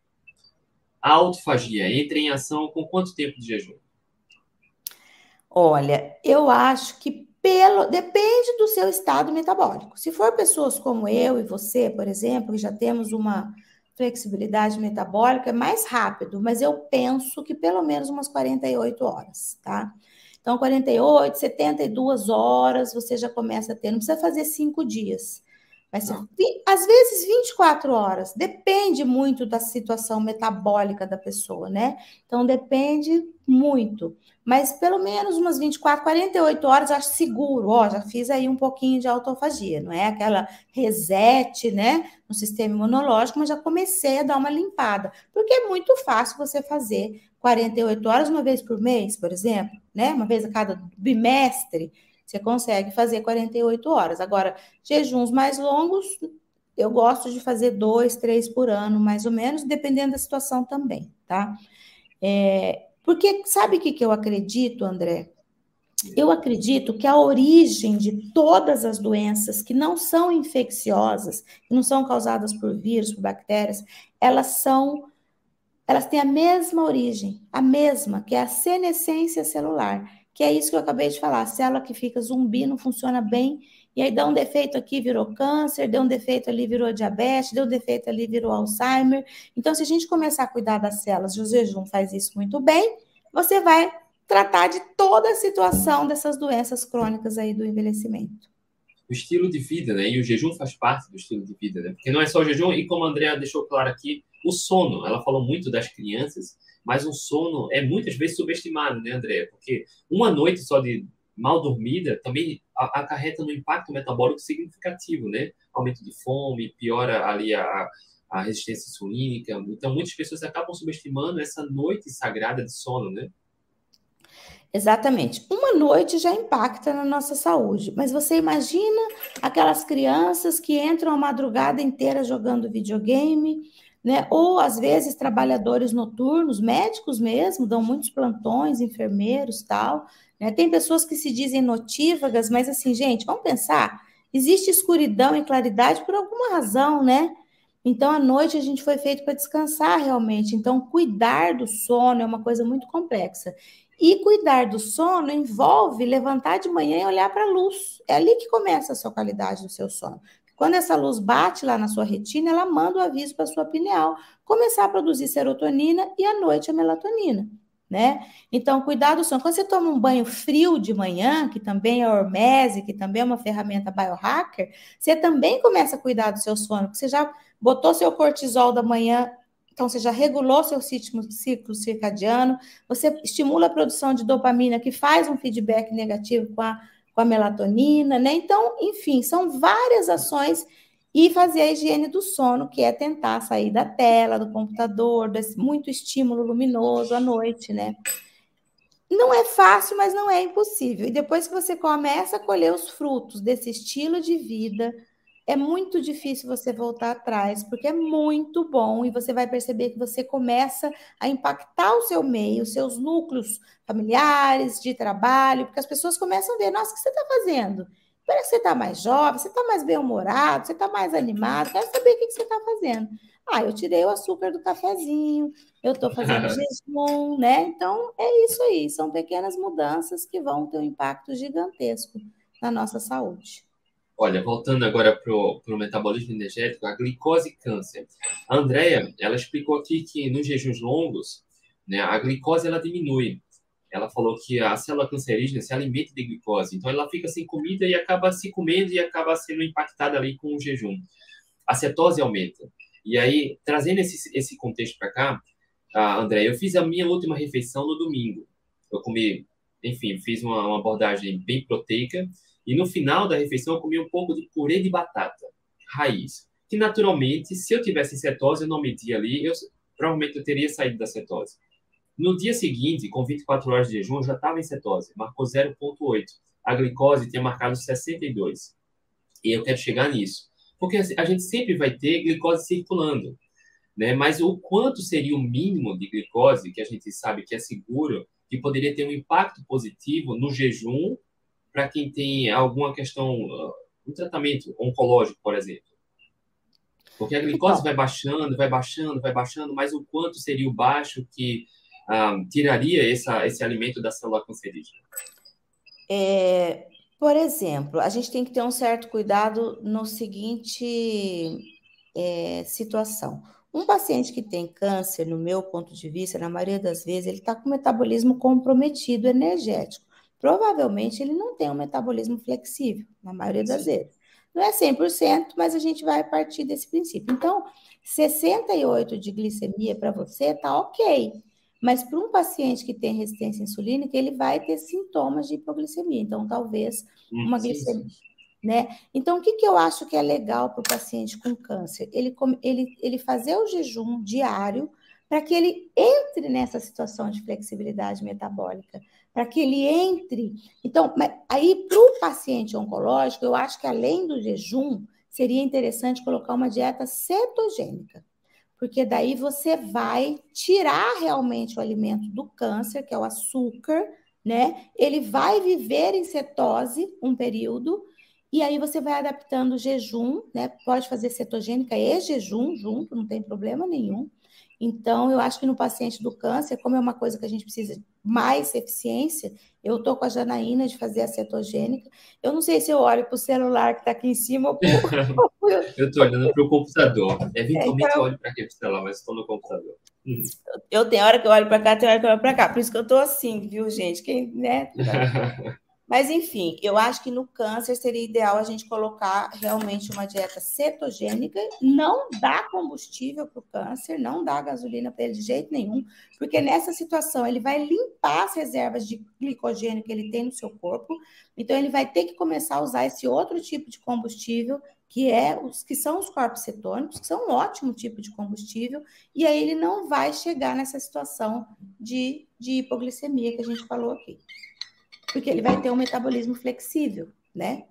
A autofagia entra em ação com quanto tempo de jejum? Olha, eu acho que pelo depende do seu estado metabólico. Se for pessoas como eu e você, por exemplo, que já temos uma flexibilidade metabólica, é mais rápido, mas eu penso que pelo menos umas quarenta e oito horas, tá? Então, quarenta e oito, setenta e duas horas você já começa a ter, não precisa fazer cinco dias, mas se, às vezes vinte e quatro horas, depende muito da situação metabólica da pessoa, né? Então, depende muito, mas pelo menos umas vinte e quatro, quarenta e oito horas, eu acho seguro, ó, já fiz aí um pouquinho de autofagia, não é aquela reset, né, no sistema imunológico, mas já comecei a dar uma limpada, porque é muito fácil você fazer quarenta e oito horas uma vez por mês, por exemplo, né, uma vez a cada bimestre, você consegue fazer quarenta e oito horas. Agora, jejuns mais longos, eu gosto de fazer dois, três por ano, mais ou menos, dependendo da situação também, tá? É, porque sabe o que, que eu acredito, André? Eu acredito que a origem de todas as doenças que não são infecciosas, que não são causadas por vírus, por bactérias, elas são, elas têm a mesma origem, a mesma, que é a senescência celular, que é isso que eu acabei de falar, a célula que fica zumbi não funciona bem, e aí dá um defeito aqui, virou câncer, deu um defeito ali, virou diabetes, deu um defeito ali, virou Alzheimer. Então, se a gente começar a cuidar das células, e o jejum faz isso muito bem, você vai tratar de toda a situação dessas doenças crônicas aí do envelhecimento. O estilo de vida, né? E o jejum faz parte do estilo de vida, né? Porque não é só o jejum, e como a Andrea deixou claro aqui, o sono. Ela falou muito das crianças, mas o sono é muitas vezes subestimado, né, Andrea? Porque uma noite só de mal dormida também acarreta no impacto metabólico significativo, né? Aumento de fome, piora ali a, a resistência insulínica. Então, muitas pessoas acabam subestimando essa noite sagrada de sono, né? Exatamente. Uma noite já impacta na nossa saúde, mas você imagina aquelas crianças que entram a madrugada inteira jogando videogame, né? Ou às vezes trabalhadores noturnos, médicos mesmo, dão muitos plantões, enfermeiros, tal, né? Tem pessoas que se dizem notívagas, mas assim, gente, vamos pensar, existe escuridão e claridade por alguma razão, né? Então, à noite a gente foi feito para descansar realmente. Então, cuidar do sono é uma coisa muito complexa. E cuidar do sono envolve levantar de manhã e olhar para a luz. É ali que começa a sua qualidade do seu sono. Quando essa luz bate lá na sua retina, ela manda o aviso para a sua pineal começar a produzir serotonina e à noite a melatonina, né? Então, cuidar do sono. Quando você toma um banho frio de manhã, que também é hormese, que também é uma ferramenta biohacker, você também começa a cuidar do seu sono, porque você já botou seu cortisol da manhã, então você já regulou seu ciclo, ciclo circadiano, você estimula a produção de dopamina, que faz um feedback negativo com a, com a melatonina, né? Então, enfim, são várias ações e fazer a higiene do sono, que é tentar sair da tela, do computador, desse muito estímulo luminoso à noite, né? Não é fácil, mas não é impossível. E depois que você começa a colher os frutos desse estilo de vida, é muito difícil você voltar atrás, porque é muito bom e você vai perceber que você começa a impactar o seu meio, os seus núcleos familiares, de trabalho, porque as pessoas começam a ver, nossa, o que você está fazendo? Parece que você está mais jovem, você está mais bem-humorado, você está mais animado, quero saber o que você está fazendo. Ah, eu tirei o açúcar do cafezinho, eu estou fazendo jejum, né? Então, é isso aí, são pequenas mudanças que vão ter um impacto gigantesco na nossa saúde. Olha, voltando agora para o metabolismo energético, a glicose e câncer. A Andrea, ela explicou aqui que nos jejuns longos, né, a glicose ela diminui. Ela falou que a célula cancerígena se alimenta de glicose, então ela fica sem comida e acaba se comendo e acaba sendo impactada ali com o jejum. A cetose aumenta. E aí, trazendo esse, esse contexto para cá, André, eu fiz a minha última refeição no domingo. Eu comi, enfim, fiz uma, uma abordagem bem proteica e no final da refeição eu comi um pouco de purê de batata, raiz, que naturalmente, se eu tivesse cetose, eu não media ali, eu, provavelmente eu teria saído da cetose. No dia seguinte, com vinte e quatro horas de jejum, eu já estava em cetose, marcou zero vírgula oito. A glicose tinha marcado sessenta e dois. E eu quero chegar nisso. Porque a gente sempre vai ter glicose circulando, né? Mas o quanto seria o mínimo de glicose, que a gente sabe que é seguro, que poderia ter um impacto positivo no jejum para quem tem alguma questão, um tratamento oncológico, por exemplo. Porque a glicose vai baixando, vai baixando, vai baixando, mas o quanto seria o baixo que um, tiraria essa, esse alimento da célula cancerígena? É... Por exemplo, a gente tem que ter um certo cuidado no seguinte é, situação. Um paciente que tem câncer, no meu ponto de vista, na maioria das vezes, ele está com o metabolismo comprometido energético. Provavelmente ele não tem um metabolismo flexível, na maioria das Sim. vezes. Não é cem por cento, mas a gente vai partir desse princípio. Então, sessenta e oito de glicemia para você está ok. Mas para um paciente que tem resistência insulínica, ele vai ter sintomas de hipoglicemia. Então, talvez uma sim, glicemia, sim. né? Então, o que, que eu acho que é legal para o paciente com câncer? Ele, ele, ele fazer o jejum diário para que ele entre nessa situação de flexibilidade metabólica, para que ele entre... Então, aí, para o paciente oncológico, eu acho que além do jejum, seria interessante colocar uma dieta cetogênica. Porque daí você vai tirar realmente o alimento do câncer, que é o açúcar, né? Ele vai viver em cetose um período, e aí você vai adaptando o jejum, né? Pode fazer cetogênica e jejum junto, não tem problema nenhum. Então, eu acho que no paciente do câncer, como é uma coisa que a gente precisa mais eficiência, eu estou com a Janaína de fazer a cetogênica. Eu não sei se eu olho para o celular que está aqui em cima ou pro... Eu estou olhando para o computador. Eventualmente é, então... eu olho para aquele celular, mas estou no computador. Hum. Eu tenho hora que eu olho para cá, tem hora que eu olho para cá. Por isso que eu estou assim, viu, gente? Quem, né? Mas, enfim, eu acho que no câncer seria ideal a gente colocar realmente uma dieta cetogênica, não dá combustível para o câncer, não dá gasolina para ele de jeito nenhum, porque nessa situação ele vai limpar as reservas de glicogênio que ele tem no seu corpo, então ele vai ter que começar a usar esse outro tipo de combustível, que, é os, que são os corpos cetônicos, que são um ótimo tipo de combustível, e aí ele não vai chegar nessa situação de, de hipoglicemia que a gente falou aqui. Porque ele vai ter um metabolismo flexível, né?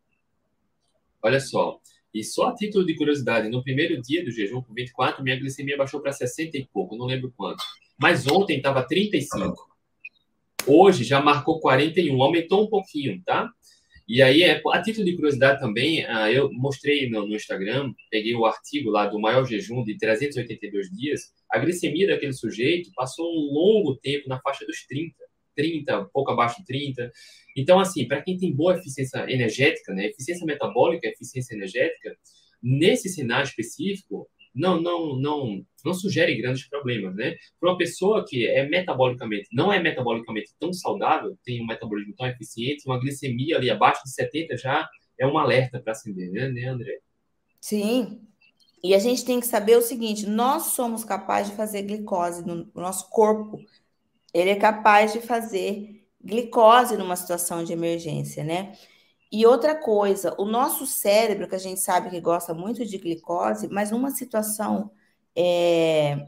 Olha só, e só a título de curiosidade, no primeiro dia do jejum, com vinte e quatro, minha glicemia baixou para sessenta e pouco, não lembro quanto. Mas ontem estava trinta e cinco. Hoje já marcou quarenta e um, aumentou um pouquinho, tá? E aí, a título de curiosidade também, eu mostrei no, no Instagram, peguei o artigo lá do maior jejum de trezentos e oitenta e dois dias, a glicemia daquele sujeito passou um longo tempo na faixa dos trinta. trinta, pouco abaixo de trinta. Então, assim, para quem tem boa eficiência energética, né, eficiência metabólica, eficiência energética, nesse cenário específico, não, não, não, não sugere grandes problemas, né? Para uma pessoa que é metabolicamente, não é metabolicamente tão saudável, tem um metabolismo tão eficiente, uma glicemia ali abaixo de setenta já é um alerta para acender, né, né, André? Sim. E a gente tem que saber o seguinte, nós somos capazes de fazer glicose no nosso corpo. Ele é capaz de fazer glicose numa situação de emergência, né? E outra coisa, o nosso cérebro, que a gente sabe que gosta muito de glicose, mas numa situação é,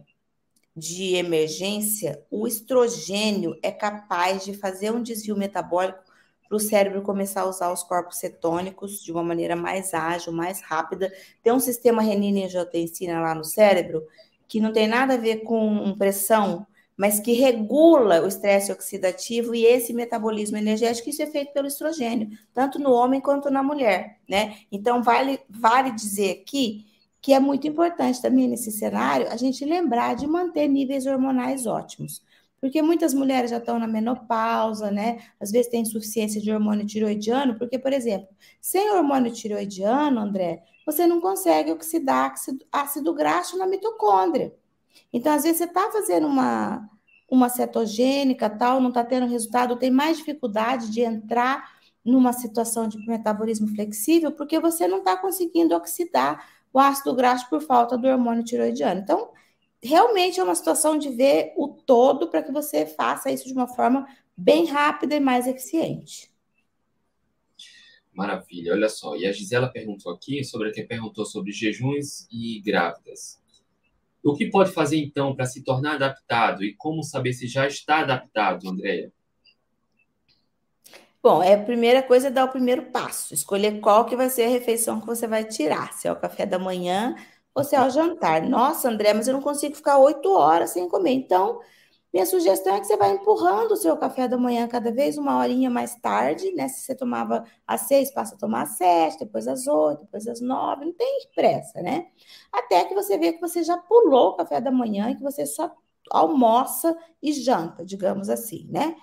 de emergência, o estrogênio é capaz de fazer um desvio metabólico para o cérebro começar a usar os corpos cetônicos de uma maneira mais ágil, mais rápida. Tem um sistema renina-angiotensina lá no cérebro que não tem nada a ver com pressão, mas que regula o estresse oxidativo e esse metabolismo energético, isso é feito pelo estrogênio, tanto no homem quanto na mulher, né? Então, vale, vale dizer aqui que é muito importante também nesse cenário a gente lembrar de manter níveis hormonais ótimos, porque muitas mulheres já estão na menopausa, né? Às vezes tem insuficiência de hormônio tiroidiano, porque, por exemplo, sem hormônio tiroidiano, André, você não consegue oxidar ácido, ácido graxo na mitocôndria. Então, às vezes, você está fazendo uma, uma cetogênica, tal, não está tendo resultado, tem mais dificuldade de entrar numa situação de metabolismo flexível, porque você não está conseguindo oxidar o ácido graxo por falta do hormônio tiroidiano. Então, realmente é uma situação de ver o todo para que você faça isso de uma forma bem rápida e mais eficiente. Maravilha, olha só. E a Gisela perguntou aqui sobre quem perguntou sobre jejuns e grávidas. O que pode fazer, então, para se tornar adaptado? E como saber se já está adaptado, Andréia? Bom, é a primeira coisa é dar o primeiro passo. Escolher qual que vai ser a refeição que você vai tirar. Se é o café da manhã ou se é o jantar. Nossa, André, mas eu não consigo ficar oito horas sem comer. Então, minha sugestão é que você vai empurrando o seu café da manhã cada vez uma horinha mais tarde, né? Se você tomava às seis, passa a tomar às sete, depois às oito, depois às nove. Não tem pressa, né? Até que você vê que você já pulou o café da manhã e que você só almoça e janta, digamos assim, né?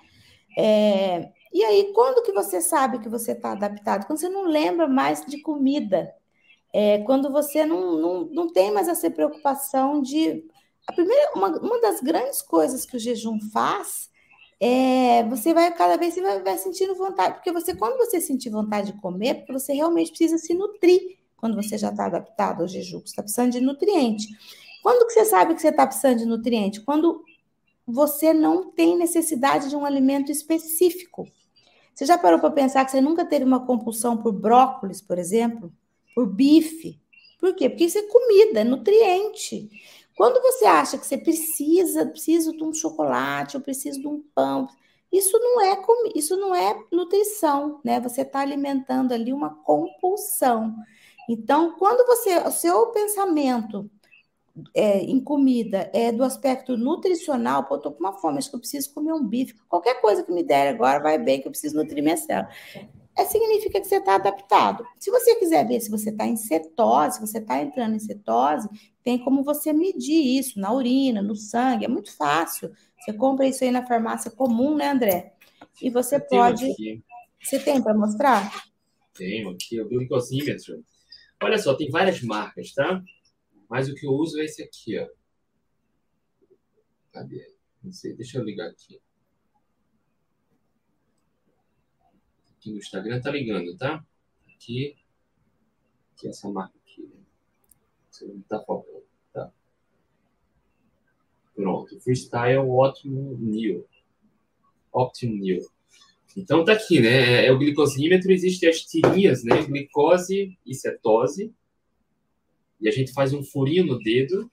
É, e aí, quando que você sabe que você está adaptado? Quando você não lembra mais de comida. É, quando você não, não, não tem mais essa preocupação de... A primeira, uma, uma das grandes coisas que o jejum faz é você vai cada vez você vai, vai sentindo vontade, porque você, quando você sentir vontade de comer, porque você realmente precisa se nutrir quando você já está adaptado ao jejum, você está precisando de nutriente. Quando que você sabe que você está precisando de nutriente? Quando você não tem necessidade de um alimento específico. Você já parou para pensar que você nunca teve uma compulsão por brócolis, por exemplo? Por bife? Por quê? Porque isso é comida, é nutriente. Quando você acha que você precisa, preciso de um chocolate, eu preciso de um pão, isso não é isso não é nutrição, né? Você está alimentando ali uma compulsão. Então, quando você, o seu pensamento é, em comida é do aspecto nutricional, pô, eu tô com uma fome, acho que eu preciso comer um bife, qualquer coisa que me der agora vai bem, que eu preciso nutrir minha célula. É, significa que você está adaptado. Se você quiser ver se você está em cetose, se você está entrando em cetose, tem como você medir isso na urina, no sangue, é muito fácil. Você compra isso aí na farmácia comum, né, André? E você Eu pode... Aqui. Você tem para mostrar? Tenho aqui, o glicosímetro. Olha só, tem várias marcas, tá? Mas o que eu uso é esse aqui, ó. Cadê? Não sei, deixa eu ligar aqui. Aqui no Instagram tá ligando, tá? Aqui, aqui essa marca aqui. Não tá faltando, tá? Pronto. Freestyle Optimum New. Optimum New. Então tá aqui, né? É o glicosímetro, existem as tirinhas, né? Glicose e cetose. E a gente faz um furinho no dedo.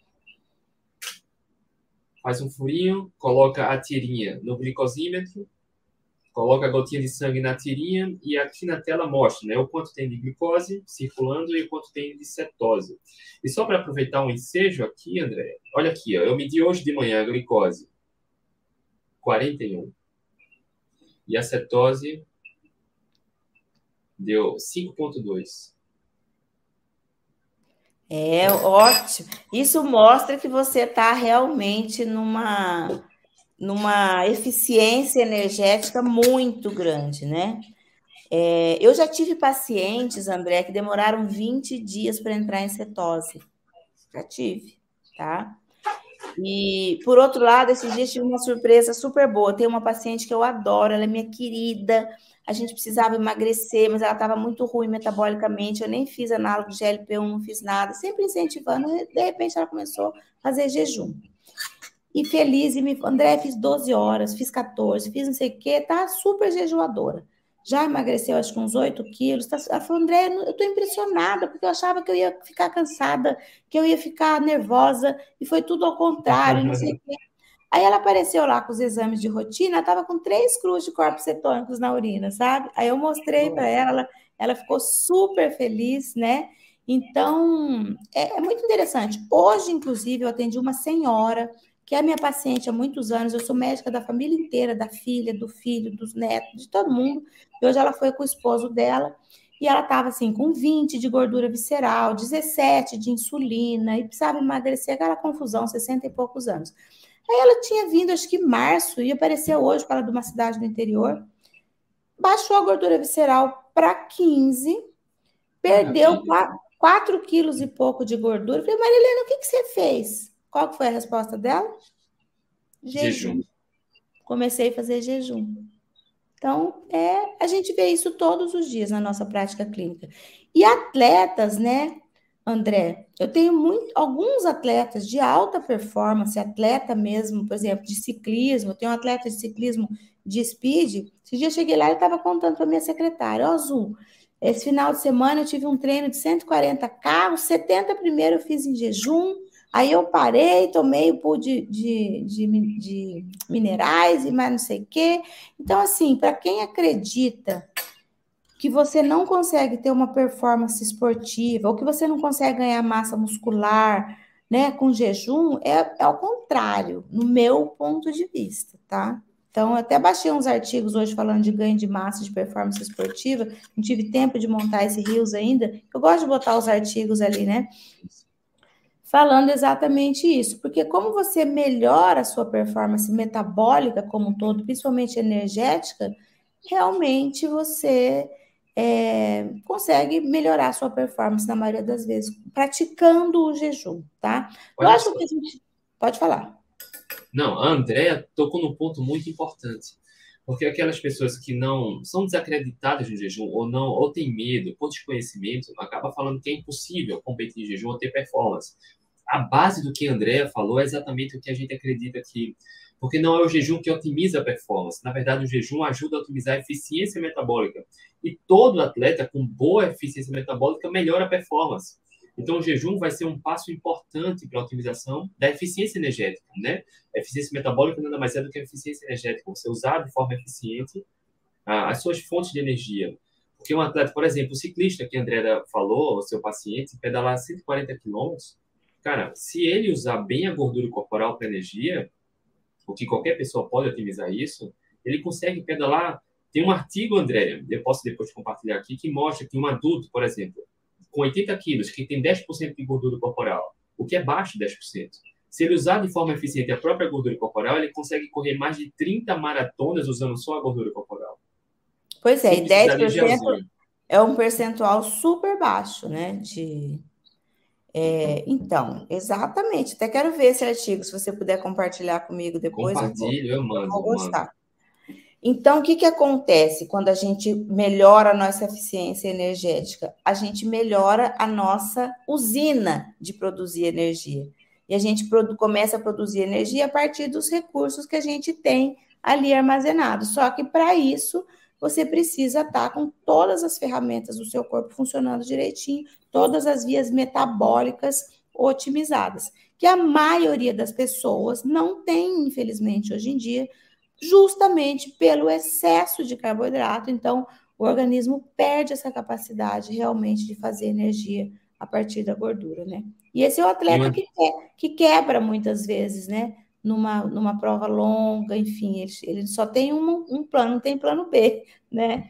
Faz um furinho, coloca a tirinha no glicosímetro, coloca a gotinha de sangue na tirinha e aqui na tela mostra, né, o quanto tem de glicose circulando e o quanto tem de cetose. E só para aproveitar um ensejo aqui, André, olha aqui, ó, eu medi hoje de manhã a glicose, quarenta e um. E a cetose deu cinco vírgula dois. É ótimo. Isso mostra que você está realmente numa, numa eficiência energética muito grande, né? É, eu já tive pacientes, André, que demoraram vinte dias para entrar em cetose. Já tive, tá? E, por outro lado, esses dias tive uma surpresa super boa. Tem uma paciente que eu adoro, ela é minha querida. A gente precisava emagrecer, mas ela estava muito ruim metabolicamente. Eu nem fiz análogo de G L P um, não fiz nada, sempre incentivando. De repente, ela começou a fazer jejum. E feliz, e me... André, fiz doze horas, fiz quatorze, fiz não sei o quê, tá super jejuadora. Já emagreceu, acho que uns oito quilos. Tá... Ela falou, André, eu tô impressionada, porque eu achava que eu ia ficar cansada, que eu ia ficar nervosa, e foi tudo ao contrário, não sei o quê. Aí ela apareceu lá com os exames de rotina, estava com três cruzes de corpos cetônicos na urina, sabe? Aí eu mostrei para ela, ela, ela ficou super feliz, né? Então, é, é muito interessante. Hoje, inclusive, eu atendi uma senhora, que é minha paciente há muitos anos, eu sou médica da família inteira, da filha, do filho, dos netos, de todo mundo, e hoje ela foi com o esposo dela, e ela estava assim, com vinte de gordura visceral, dezessete de insulina, e precisava emagrecer, aquela confusão, sessenta e poucos anos. Aí ela tinha vindo, acho que em março, e apareceu hoje para ela de uma cidade do interior, baixou a gordura visceral para quinze, perdeu quatro quilos e pouco de gordura. Eu falei, Marilena, o que, que você fez? Qual que foi a resposta dela? Jejum. jejum. Comecei a fazer jejum. Então, é, a gente vê isso todos os dias na nossa prática clínica. E atletas, né, André, eu tenho muito, alguns atletas de alta performance, atleta mesmo, por exemplo, de ciclismo, eu tenho um atleta de ciclismo de speed. Esse dia eu cheguei lá e estava contando para minha secretária, ó, Azul, esse final de semana eu tive um treino de cento e quarenta carros, setenta primeiro eu fiz em jejum, aí eu parei, tomei o pool de, de, de, de minerais e mais não sei o quê. Então, assim, para quem acredita que você não consegue ter uma performance esportiva, ou que você não consegue ganhar massa muscular, né, com jejum, é, é ao contrário, no meu ponto de vista, tá? Então, eu até baixei uns artigos hoje falando de ganho de massa, de performance esportiva, não tive tempo de montar esse Reels ainda, eu gosto de botar os artigos ali, né? Falando exatamente isso, porque como você melhora a sua performance metabólica como um todo, principalmente energética, realmente você é, consegue melhorar a sua performance na maioria das vezes, praticando o jejum, tá? Lógico que a gente... Pode falar. Não, a Andrea tocou num ponto muito importante, porque aquelas pessoas que não são desacreditadas no jejum, ou não, ou têm medo, por desconhecimento, acaba falando que é impossível competir em jejum ou ter performance. A base do que a Andrea falou é exatamente o que a gente acredita aqui, porque não é o jejum que otimiza a performance. Na verdade, o jejum ajuda a otimizar a eficiência metabólica. E todo atleta com boa eficiência metabólica melhora a performance. Então, o jejum vai ser um passo importante para a otimização da eficiência energética, né? A eficiência metabólica nada mais é do que a eficiência energética. Você usar de forma eficiente as suas fontes de energia. Porque um atleta, por exemplo, o ciclista que a Andrea falou, o seu paciente, pedalar cento e quarenta quilômetros, cara, se ele usar bem a gordura corporal para energia, o que qualquer pessoa pode otimizar isso, ele consegue pedalar. Tem um artigo, André, eu posso depois compartilhar aqui, que mostra que um adulto, por exemplo, com oitenta quilos, que tem dez por cento de gordura corporal, o que é baixo de dez por cento. Se ele usar de forma eficiente a própria gordura corporal, ele consegue correr mais de trinta maratonas usando só a gordura corporal. Pois é, e dez por cento é um percentual super baixo, né? De... É, então, exatamente. Até quero ver esse artigo, se você puder compartilhar comigo depois. Compartilho, eu, vou, eu mando. Eu vou gostar. Mando. Então, o que, que acontece quando a gente melhora a nossa eficiência energética? A gente melhora a nossa usina de produzir energia. E a gente começa a produzir energia a partir dos recursos que a gente tem ali armazenados. Só que, para isso, você precisa estar com todas as ferramentas do seu corpo funcionando direitinho, todas as vias metabólicas otimizadas, que a maioria das pessoas não tem, infelizmente, hoje em dia, justamente pelo excesso de carboidrato. Então, o organismo perde essa capacidade realmente de fazer energia a partir da gordura, né? E esse é o atleta uma... que, que, que quebra muitas vezes, né? Numa, numa prova longa, enfim, ele, ele só tem um, um plano, não tem plano B, né?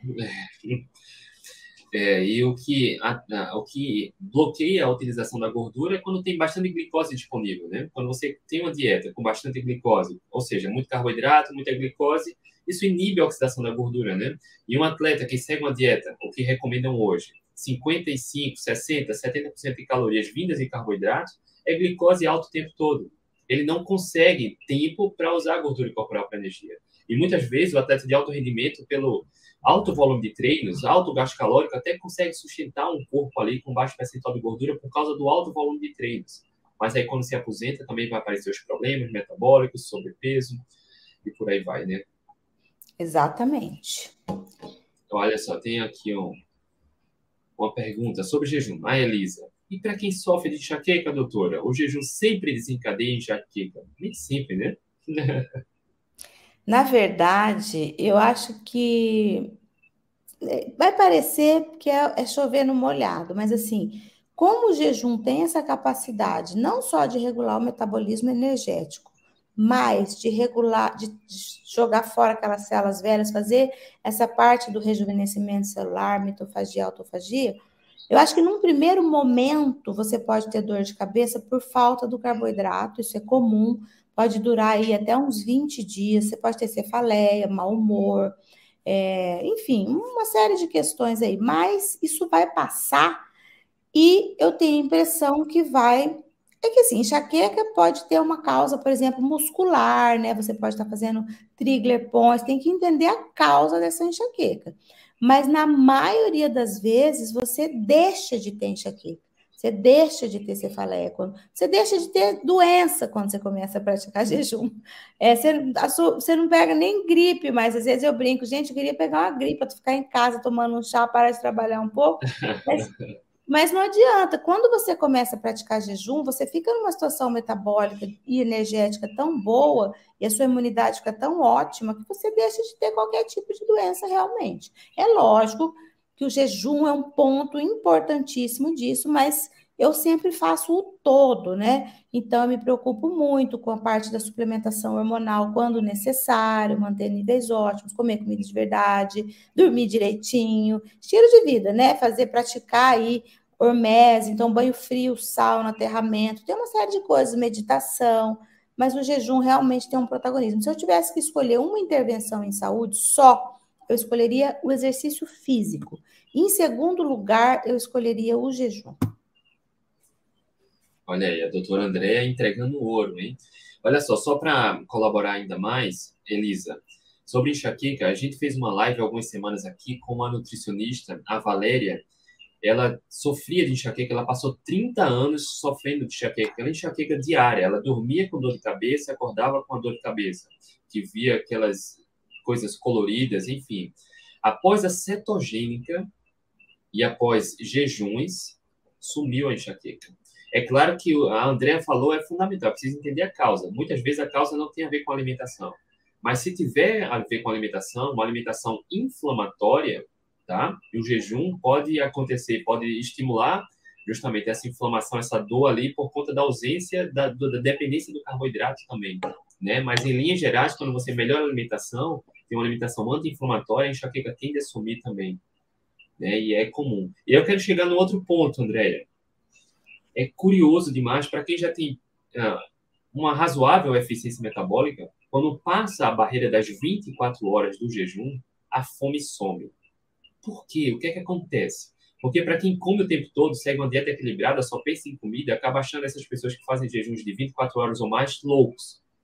É, e o que, a, a, o que bloqueia a utilização da gordura é quando tem bastante glicose disponível, né? Quando você tem uma dieta com bastante glicose, ou seja, muito carboidrato, muita glicose, isso inibe a oxidação da gordura, né? E um atleta que segue uma dieta, o que recomendam hoje, cinquenta e cinco, sessenta, setenta por cento de calorias vindas de carboidratos, é glicose alto o tempo todo. Ele não consegue tempo para usar a gordura corporal para energia. E muitas vezes o atleta de alto rendimento, pelo alto volume de treinos, alto gasto calórico, até consegue sustentar um corpo ali com baixo percentual de gordura por causa do alto volume de treinos. Mas aí quando se aposenta também vai aparecer os problemas metabólicos, sobrepeso e por aí vai, né? Exatamente. Então, olha só, tem aqui um, uma pergunta sobre jejum. A Elisa. E para quem sofre de enxaqueca, doutora, o jejum sempre desencadeia enxaqueca? Nem sempre, né? Na verdade, eu acho que vai parecer que é, é chover no molhado, mas assim, como o jejum tem essa capacidade não só de regular o metabolismo energético, mas de regular, de jogar fora aquelas células velhas, fazer essa parte do rejuvenescimento celular, mitofagia, autofagia, eu acho que num primeiro momento você pode ter dor de cabeça por falta do carboidrato, isso é comum, pode durar aí até uns vinte dias, você pode ter cefaleia, mau humor, é, enfim, uma série de questões aí, mas isso vai passar e eu tenho a impressão que vai... É que assim, enxaqueca pode ter uma causa, por exemplo, muscular, né? Você pode estar fazendo trigger points, tem que entender a causa dessa enxaqueca. Mas na maioria das vezes você deixa de ter enxaqueca. Você deixa de ter cefaleia, quando, você deixa de ter doença quando você começa a praticar jejum. É, você, sua, você não pega nem gripe, mas às vezes eu brinco, gente, eu queria pegar uma gripe para ficar em casa tomando um chá, parar de trabalhar um pouco. Mas, mas não adianta. Quando você começa a praticar jejum, você fica numa situação metabólica e energética tão boa e a sua imunidade fica tão ótima que você deixa de ter qualquer tipo de doença realmente. É lógico que o jejum é um ponto importantíssimo disso, mas eu sempre faço o todo, né? Então, eu me preocupo muito com a parte da suplementação hormonal quando necessário, manter níveis ótimos, comer comida de verdade, dormir direitinho, estilo de vida, né? Fazer, praticar aí hormese, então banho frio, sauna, aterramento, tem uma série de coisas, meditação, mas o jejum realmente tem um protagonismo. Se eu tivesse que escolher uma intervenção em saúde só, eu escolheria o exercício físico. Em segundo lugar, eu escolheria o jejum. Olha aí, a doutora Andréa entregando ouro, hein? Olha só, só para colaborar ainda mais, Elisa, sobre enxaqueca, a gente fez uma live há algumas semanas aqui com uma nutricionista, a Valéria. Ela sofria de enxaqueca, ela passou trinta anos sofrendo de enxaqueca. Ela enxaqueca diária, ela dormia com dor de cabeça, acordava com a dor de cabeça, que via aquelas coisas coloridas, enfim. Após a cetogênica e após jejuns, sumiu a enxaqueca. É claro que a Andréa falou é fundamental, precisa entender a causa. Muitas vezes a causa não tem a ver com a alimentação. Mas se tiver a ver com a alimentação, uma alimentação inflamatória, tá? E o jejum pode acontecer, pode estimular justamente essa inflamação, essa dor ali por conta da ausência, da, da dependência do carboidrato também, né? Mas em linhas gerais, quando você melhora a alimentação, tem uma alimentação anti-inflamatória, a enxaqueca tende a sumir também, né? E é comum. E eu quero chegar no outro ponto, Andréia. É curioso demais, para quem já tem uh, uma razoável eficiência metabólica, quando passa a barreira das vinte e quatro horas do jejum, a fome some. Por quê? O que é que acontece? Porque para quem come o tempo todo, segue uma dieta equilibrada, só pensa em comida, acaba achando essas pessoas que fazem jejuns de vinte e quatro horas ou mais loucos.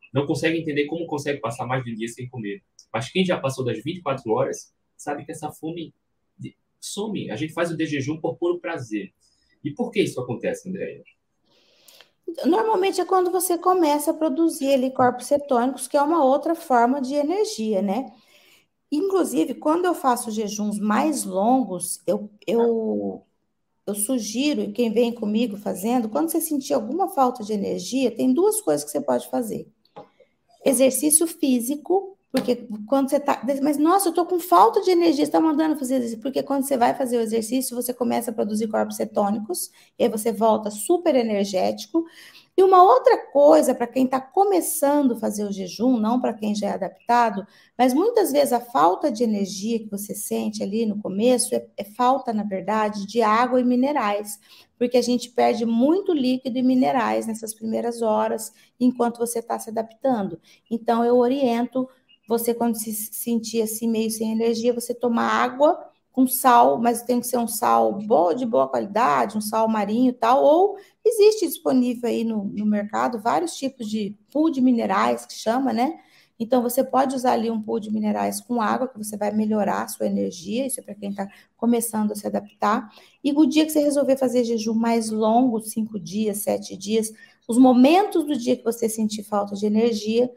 não consegue entender como consegue passar mais de um dia sem comer. Mas quem já passou das vinte e quatro horas sabe que essa fome some. A gente faz o de jejum por puro prazer. E por que isso acontece, Andréia? Normalmente é quando você começa a produzir ali corpos cetônicos, que é uma outra forma de energia, né? Inclusive, quando eu faço jejuns mais longos, eu, eu, eu sugiro, e quem vem comigo fazendo, quando você sentir alguma falta de energia, tem duas coisas que você pode fazer. Exercício físico, porque quando você tá... Mas, nossa, eu tô com falta de energia, você tá mandando fazer exercício. Porque quando você vai fazer o exercício, você começa a produzir corpos cetônicos, e aí você volta super energético. E uma outra coisa, para quem está começando a fazer o jejum, não para quem já é adaptado, mas muitas vezes a falta de energia que você sente ali no começo é, é falta, na verdade, de água e minerais, porque a gente perde muito líquido e minerais nessas primeiras horas, enquanto você está se adaptando. Então, eu oriento você, quando se sentir assim meio sem energia, você tomar água com sal, mas tem que ser um sal boa, de boa qualidade, um sal marinho e tal, ou existe disponível aí no, no mercado vários tipos de pool de minerais, que chama, né? Então, você pode usar ali um pool de minerais com água, que você vai melhorar a sua energia, isso é para quem está começando a se adaptar. E o dia que você resolver fazer jejum mais longo, cinco dias, sete dias, os momentos do dia que você sentir falta de energia,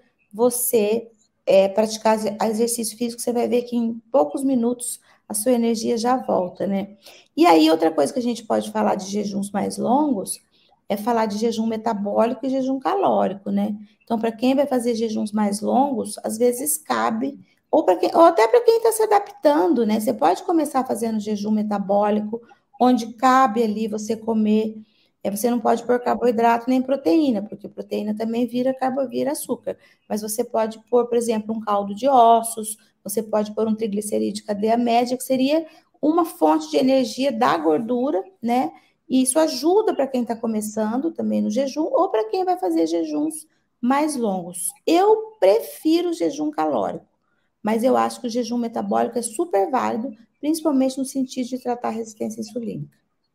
você é, praticar exercício físico, você vai ver que em poucos minutos a sua energia já volta, né? E aí, outra coisa que a gente pode falar de jejuns mais longos é falar de jejum metabólico e jejum calórico, né? Então, para quem vai fazer jejuns mais longos, às vezes cabe, ou, quem, ou até para quem está se adaptando, né? Você pode começar fazendo jejum metabólico, onde cabe ali você comer. É, você não pode pôr carboidrato nem proteína, porque proteína também vira carbo, vira açúcar. Mas você pode pôr, por exemplo, um caldo de ossos, você pode pôr um triglicerídeo de cadeia média, que seria uma fonte de energia da gordura, né? E isso ajuda para quem está começando também no jejum, ou para quem vai fazer jejuns mais longos. Eu prefiro o jejum calórico, mas eu acho que o jejum metabólico é super válido, principalmente no sentido de tratar a resistência insulínica.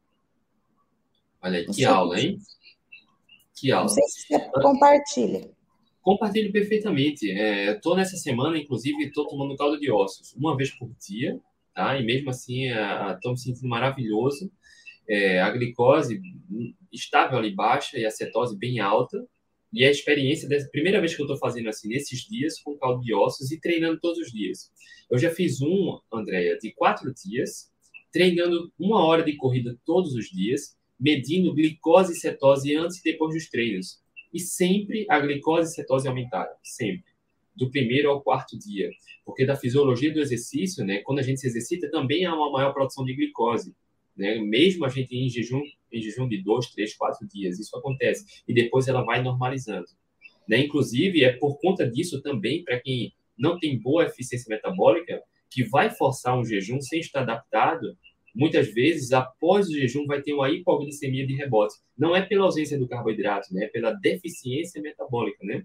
Olha aí, que aula, hein? Que aula. Não sei se você compartilha. Compartilho perfeitamente. Estou é, nessa semana, inclusive, estou tomando caldo de ossos uma vez por dia, tá? E mesmo assim, estou me sentindo maravilhoso. É, a glicose estável ali baixa e a cetose bem alta. E a experiência dessa primeira vez que eu estou fazendo assim nesses dias com caldo de ossos e treinando todos os dias. Eu já fiz um, Andréia, de quatro dias, treinando uma hora de corrida todos os dias, medindo glicose e cetose antes e depois dos treinos. E sempre a glicose e cetose aumentaram, sempre. Do primeiro ao quarto dia. Porque da fisiologia do exercício, né, quando a gente se exercita, também há uma maior produção de glicose. Né? Mesmo a gente em jejum, em jejum de dois, três, quatro dias, isso acontece. E depois ela vai normalizando. Né? Inclusive, é por conta disso também, para quem não tem boa eficiência metabólica, que vai forçar um jejum sem estar adaptado, muitas vezes, após o jejum, vai ter uma hipoglicemia de rebote. Não é pela ausência do carboidrato, né? É pela deficiência metabólica, né?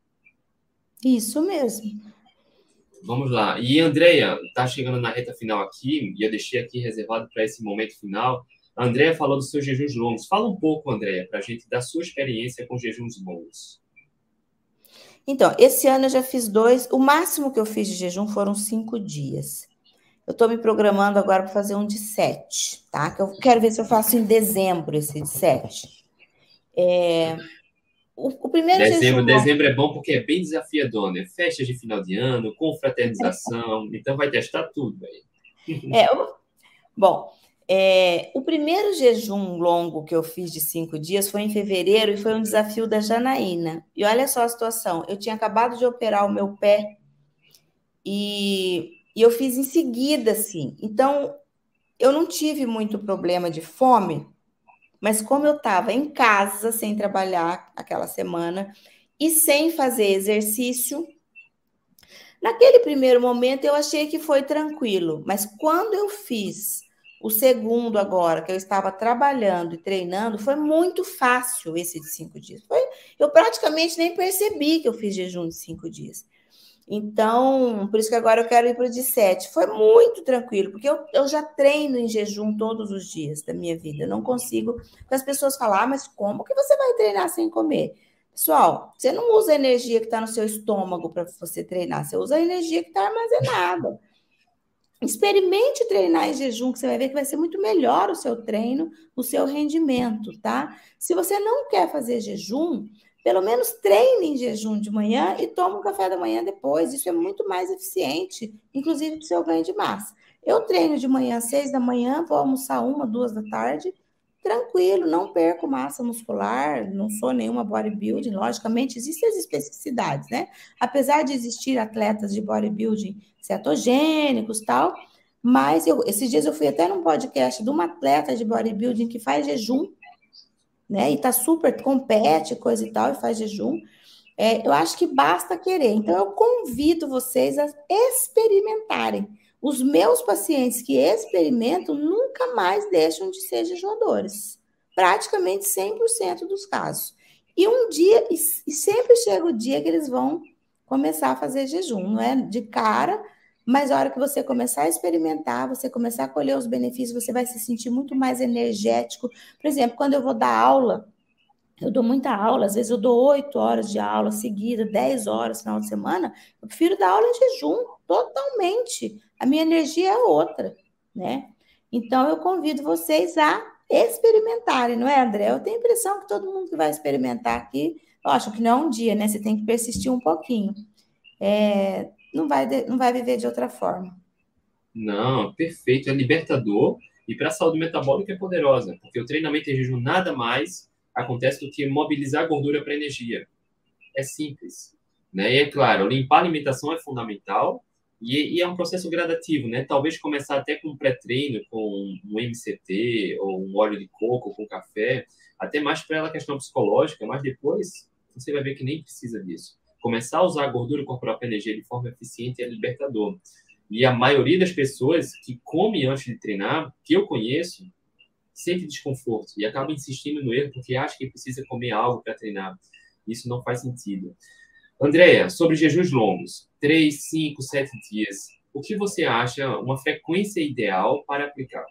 Isso mesmo. Vamos lá. E, Andréia, está chegando na reta final aqui, e eu deixei aqui reservado para esse momento final. A Andréia falou dos seus jejuns longos. Fala um pouco, Andréia, para a gente, da sua experiência com jejuns longos. Então, esse ano eu já fiz dois. O máximo que eu fiz de jejum foram cinco dias. Eu estou me programando agora para fazer um de sete, tá? Que eu quero ver se eu faço em dezembro esse de sete. É... O, o primeiro dezembro, jejum... dezembro é bom porque é bem desafiador, né? Festas de final de ano, confraternização, então vai testar tudo aí. É, eu... Bom, é... o primeiro jejum longo que eu fiz de cinco dias foi em fevereiro e foi um desafio da Janaína. E olha só a situação, eu tinha acabado de operar o meu pé e... E eu fiz em seguida, assim. Então, eu não tive muito problema de fome, mas como eu estava em casa, sem trabalhar aquela semana, e sem fazer exercício, naquele primeiro momento eu achei que foi tranquilo. Mas quando eu fiz o segundo agora, que eu estava trabalhando e treinando, foi muito fácil esse de cinco dias. Foi, eu praticamente nem percebi que eu fiz jejum de cinco dias. Então, por isso que agora eu quero ir para o de sete. Foi muito tranquilo, porque eu, eu já treino em jejum todos os dias da minha vida. Eu não consigo... Porque as pessoas falam, ah, mas como que você vai treinar sem comer? Pessoal, você não usa a energia que está no seu estômago para você treinar, você usa a energia que está armazenada. Experimente treinar em jejum, que você vai ver que vai ser muito melhor o seu treino, o seu rendimento, tá? Se você não quer fazer jejum, pelo menos treine em jejum de manhã e tome um café da manhã depois. Isso é muito mais eficiente, inclusive para o seu ganho de massa. Eu treino de manhã às seis da manhã, vou almoçar uma, duas da tarde, tranquilo, não perco massa muscular, não sou nenhuma bodybuilding, logicamente existem as especificidades, né? Apesar de existir atletas de bodybuilding cetogênicos e tal, mas eu, esses dias eu fui até num podcast de uma atleta de bodybuilding que faz jejum, né? E tá super, compete, coisa e tal, e faz jejum. É, eu acho que basta querer. Então, eu convido vocês a experimentarem. Os meus pacientes que experimentam nunca mais deixam de ser jejuadores. Praticamente cem por cento dos casos. E um dia, e sempre chega o dia que eles vão começar a fazer jejum. Não é de cara, mas a hora que você começar a experimentar, você começar a colher os benefícios, você vai se sentir muito mais energético. Por exemplo, quando eu vou dar aula, eu dou muita aula, às vezes eu dou oito horas de aula seguida, dez horas no final de semana, eu prefiro dar aula em jejum, totalmente. A minha energia é outra, né? Então, eu convido vocês a experimentarem, não é, André? Eu tenho a impressão que todo mundo que vai experimentar aqui, eu acho que não é um dia, né? Você tem que persistir um pouquinho. É, não vai, não vai viver de outra forma. Não, perfeito, é libertador e para a saúde metabólica é poderosa, porque o treinamento em jejum nada mais acontece do que mobilizar a gordura para energia. É simples, né? E é claro, limpar a alimentação é fundamental e, e é um processo gradativo, né? Talvez começar até com um pré-treino, com um M C T ou um óleo de coco com café, até mais pela questão psicológica, mas depois você vai ver que nem precisa disso. Começar a usar a gordura corporal para energia de forma eficiente é libertador. E a maioria das pessoas que come antes de treinar, que eu conheço, sente desconforto e acaba insistindo no erro porque acha que precisa comer algo para treinar. Isso não faz sentido. Andréia, sobre jejuns longos, três, cinco, sete dias, o que você acha uma frequência ideal para aplicar?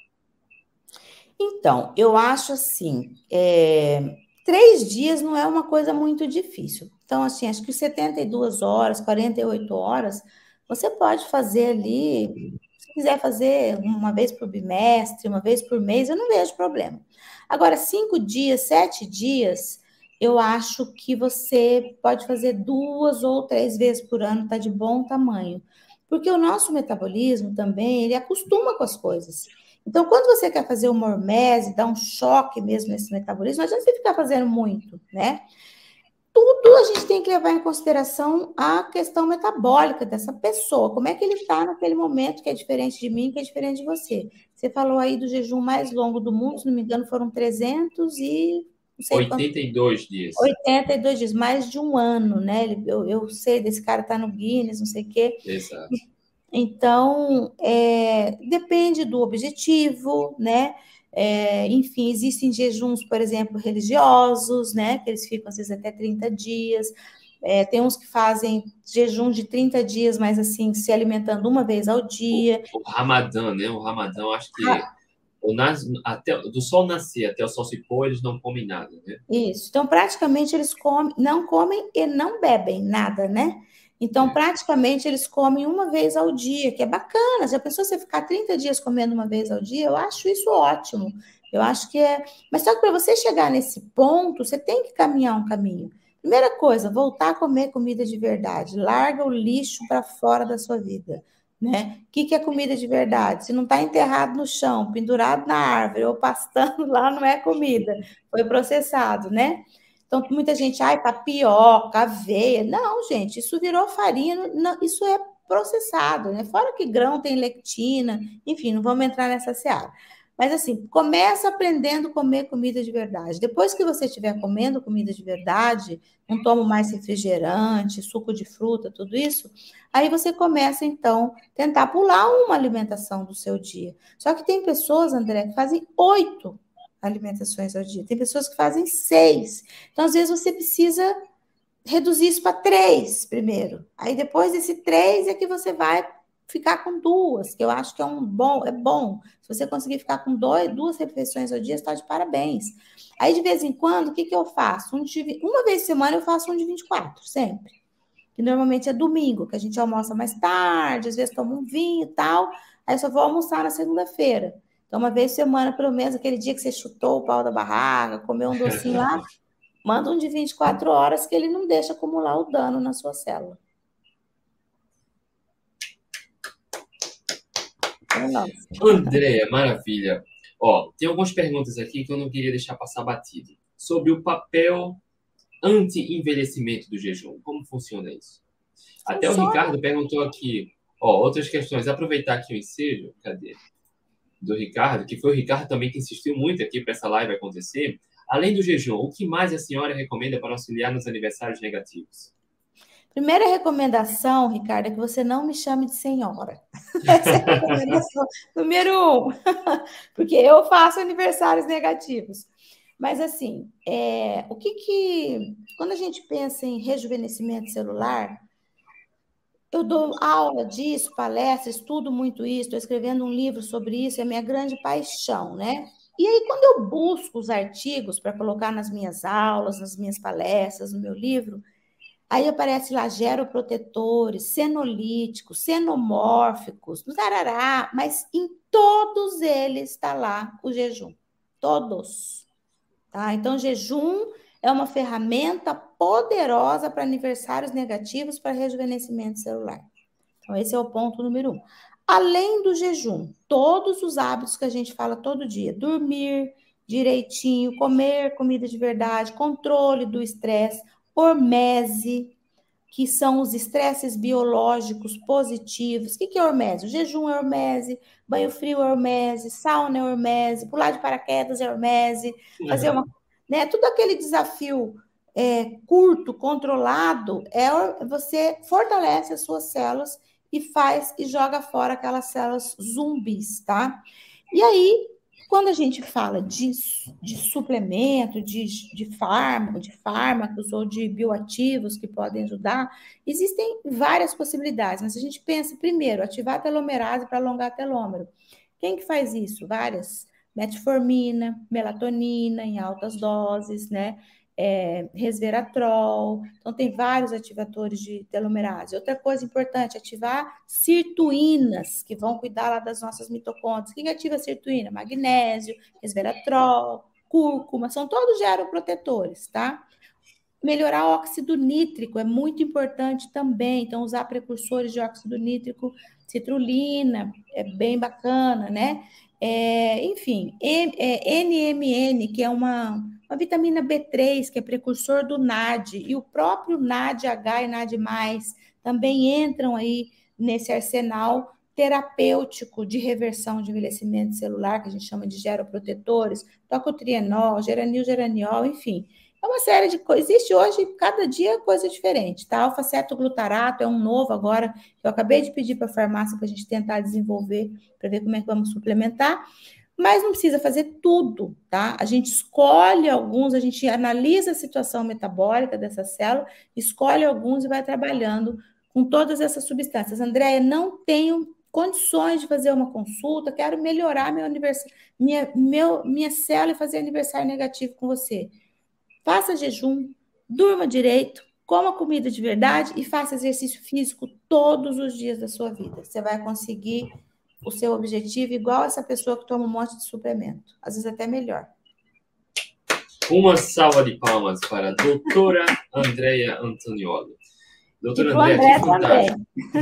Então, eu acho assim, é, três dias não é uma coisa muito difícil. Então, assim, acho que setenta e duas horas, quarenta e oito horas, você pode fazer ali, se quiser fazer uma vez por bimestre, uma vez por mês, eu não vejo problema. Agora, cinco dias, sete dias, eu acho que você pode fazer duas ou três vezes por ano, tá de bom tamanho. Porque o nosso metabolismo também, ele acostuma com as coisas. Então, quando você quer fazer uma hormese, dar um choque mesmo nesse metabolismo, não adianta você ficar fazendo muito, né? Tudo a gente tem que levar em consideração a questão metabólica dessa pessoa. Como é que ele está naquele momento que é diferente de mim, que é diferente de você. Você falou aí do jejum mais longo do mundo, se não me engano, foram trezentos e... Não sei oitenta e dois quanto, dias. oitenta e dois dias, mais de um ano, né? Eu, eu sei desse cara tá no Guinness, não sei o quê. Exato. Então, é, depende do objetivo, né? É, enfim, existem jejuns, por exemplo, religiosos, né? Que eles ficam, às vezes, até trinta dias. É, tem uns que fazem jejum de trinta dias, mas assim, se alimentando uma vez ao dia. O, o Ramadã, né? O Ramadã, acho que ah. o nas, até, do sol nascer até o sol se pôr, eles não comem nada, né? Isso. Então, praticamente, eles comem, não comem e não bebem nada, né? Então, praticamente, eles comem uma vez ao dia, que é bacana. Já pensou você ficar trinta dias comendo uma vez ao dia? Eu acho isso ótimo. Eu acho que é... Mas só que para você chegar nesse ponto, você tem que caminhar um caminho. Primeira coisa, voltar a comer comida de verdade. Larga o lixo para fora da sua vida, né? O que, que é comida de verdade? Se não está enterrado no chão, pendurado na árvore ou pastando lá, não é comida. Foi processado, né? Então, muita gente, ai, tapioca, aveia. Não, gente, isso virou farinha, não, isso é processado, né? Fora que grão tem lectina, enfim, não vamos entrar nessa seara. Mas, assim, começa aprendendo a comer comida de verdade. Depois que você estiver comendo comida de verdade, não toma mais refrigerante, suco de fruta, tudo isso, aí você começa, então, tentar pular uma alimentação do seu dia. Só que tem pessoas, André, que fazem oito alimentações ao dia. Tem pessoas que fazem seis. Então, às vezes, você precisa reduzir isso para três primeiro. Aí, depois desse três, é que você vai ficar com duas, que eu acho que é um bom, é bom. Se você conseguir ficar com dois, duas refeições ao dia, está de parabéns. Aí, de vez em quando, o que, que eu faço? Um de, uma vez por semana eu faço um de vinte e quatro, sempre. Que normalmente é domingo, que a gente almoça mais tarde, às vezes toma um vinho e tal, aí eu só vou almoçar na segunda-feira. Então, uma vez por semana, pelo menos, aquele dia que você chutou o pau da barraca, comeu um docinho lá, manda um de vinte e quatro horas que ele não deixa acumular o dano na sua célula. Andréia, maravilha. Ó, tem algumas perguntas aqui que eu não queria deixar passar batido. Sobre o papel anti-envelhecimento do jejum. Como funciona isso? Funciona. Até o Ricardo perguntou aqui, ó, outras questões. Aproveitar aqui o ensejo, cadê? Do Ricardo, que foi o Ricardo também que insistiu muito aqui para essa live acontecer. Além do jejum, o que mais a senhora recomenda para auxiliar nos aniversários negativos? Primeira recomendação, Ricardo, é que você não me chame de senhora. Essa é a recomendação número um. Porque eu faço aniversários negativos. Mas, assim, é, o que que... Quando a gente pensa em rejuvenescimento celular, eu dou aula disso, palestras, estudo muito isso, estou escrevendo um livro sobre isso, é a minha grande paixão, né? E aí, quando eu busco os artigos para colocar nas minhas aulas, nas minhas palestras, no meu livro... Aí aparece lá geroprotetores, senolíticos, senomórficos, tarará, mas em todos eles está lá o jejum. Todos. Tá? Então, jejum é uma ferramenta poderosa para aniversários negativos para rejuvenescimento celular. Então, esse é o ponto número um. Além do jejum, todos os hábitos que a gente fala todo dia, dormir direitinho, comer comida de verdade, controle do estresse, hormese, que são os estresses biológicos positivos. O que é hormese? O jejum é hormese, banho frio é hormese, sauna é hormese, pular de paraquedas é hormese, fazer uma... Né, tudo aquele desafio é, curto, controlado, é, você fortalece as suas células e faz e joga fora aquelas células zumbis, tá? E aí, quando a gente fala de, de suplemento, de, de fármaco, de fármacos ou de bioativos que podem ajudar, existem várias possibilidades, mas a gente pensa, primeiro, ativar a telomerase para alongar telômero. Quem que faz isso? Várias. Metformina, melatonina em altas doses, né? É, resveratrol, então tem vários ativadores de telomerase. Outra coisa importante, ativar sirtuínas, que vão cuidar lá das nossas mitocôndrias. Quem ativa a sirtuína? Magnésio, resveratrol, cúrcuma, são todos geroprotetores, tá? Melhorar o óxido nítrico é muito importante também, então usar precursores de óxido nítrico, citrulina, é bem bacana, né? É, enfim, N M N, que é uma, uma vitamina B três, que é precursor do N A D, e o próprio N A D H e N A D mais, também entram aí nesse arsenal terapêutico de reversão de envelhecimento celular, que a gente chama de geroprotetores, tocotrienol, geranil, geraniol, enfim. É uma série de coisas. Existe hoje, cada dia, coisa diferente, tá? Alfa-cetoglutarato é um novo agora, que eu acabei de pedir para a farmácia para a gente tentar desenvolver, para ver como é que vamos suplementar, mas não precisa fazer tudo, tá? A gente escolhe alguns, a gente analisa a situação metabólica dessa célula, escolhe alguns e vai trabalhando com todas essas substâncias. Andréia, não tenho condições de fazer uma consulta, quero melhorar meu aniversário, minha, meu, minha célula e fazer aniversário negativo com você. Faça jejum, durma direito, coma comida de verdade e faça exercício físico todos os dias da sua vida. Você vai conseguir o seu objetivo igual essa pessoa que toma um monte de suplemento. Às vezes até melhor. Uma salva de palmas para a doutora Andréia Antonioli. Doutora Andréia, que fantástico.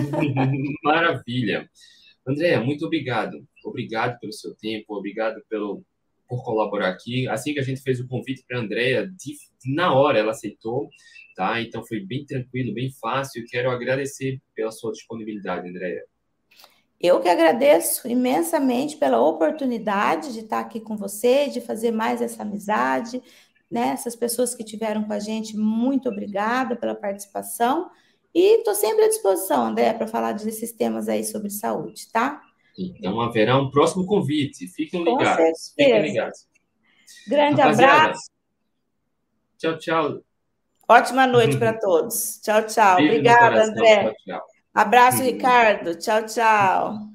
Maravilha. Andréia, muito obrigado. Obrigado pelo seu tempo, obrigado pelo... por colaborar aqui. Assim que a gente fez o convite para a Andréia, na hora ela aceitou, tá? Então foi bem tranquilo, bem fácil. Quero agradecer pela sua disponibilidade, Andréia. Eu que agradeço imensamente pela oportunidade de estar aqui com você, de fazer mais essa amizade, né? Essas pessoas que tiveram com a gente, muito obrigada pela participação. E estou sempre à disposição, Andréia, para falar desses temas aí sobre saúde, tá? Então haverá um próximo convite. Fiquem ligados. Fiquem ligados. Grande Rapaziada, abraço. Tchau, tchau. Ótima noite para todos. Tchau, tchau. Beijo. Obrigada, André. Tchau, tchau. Abraço, Ricardo. Tchau, tchau.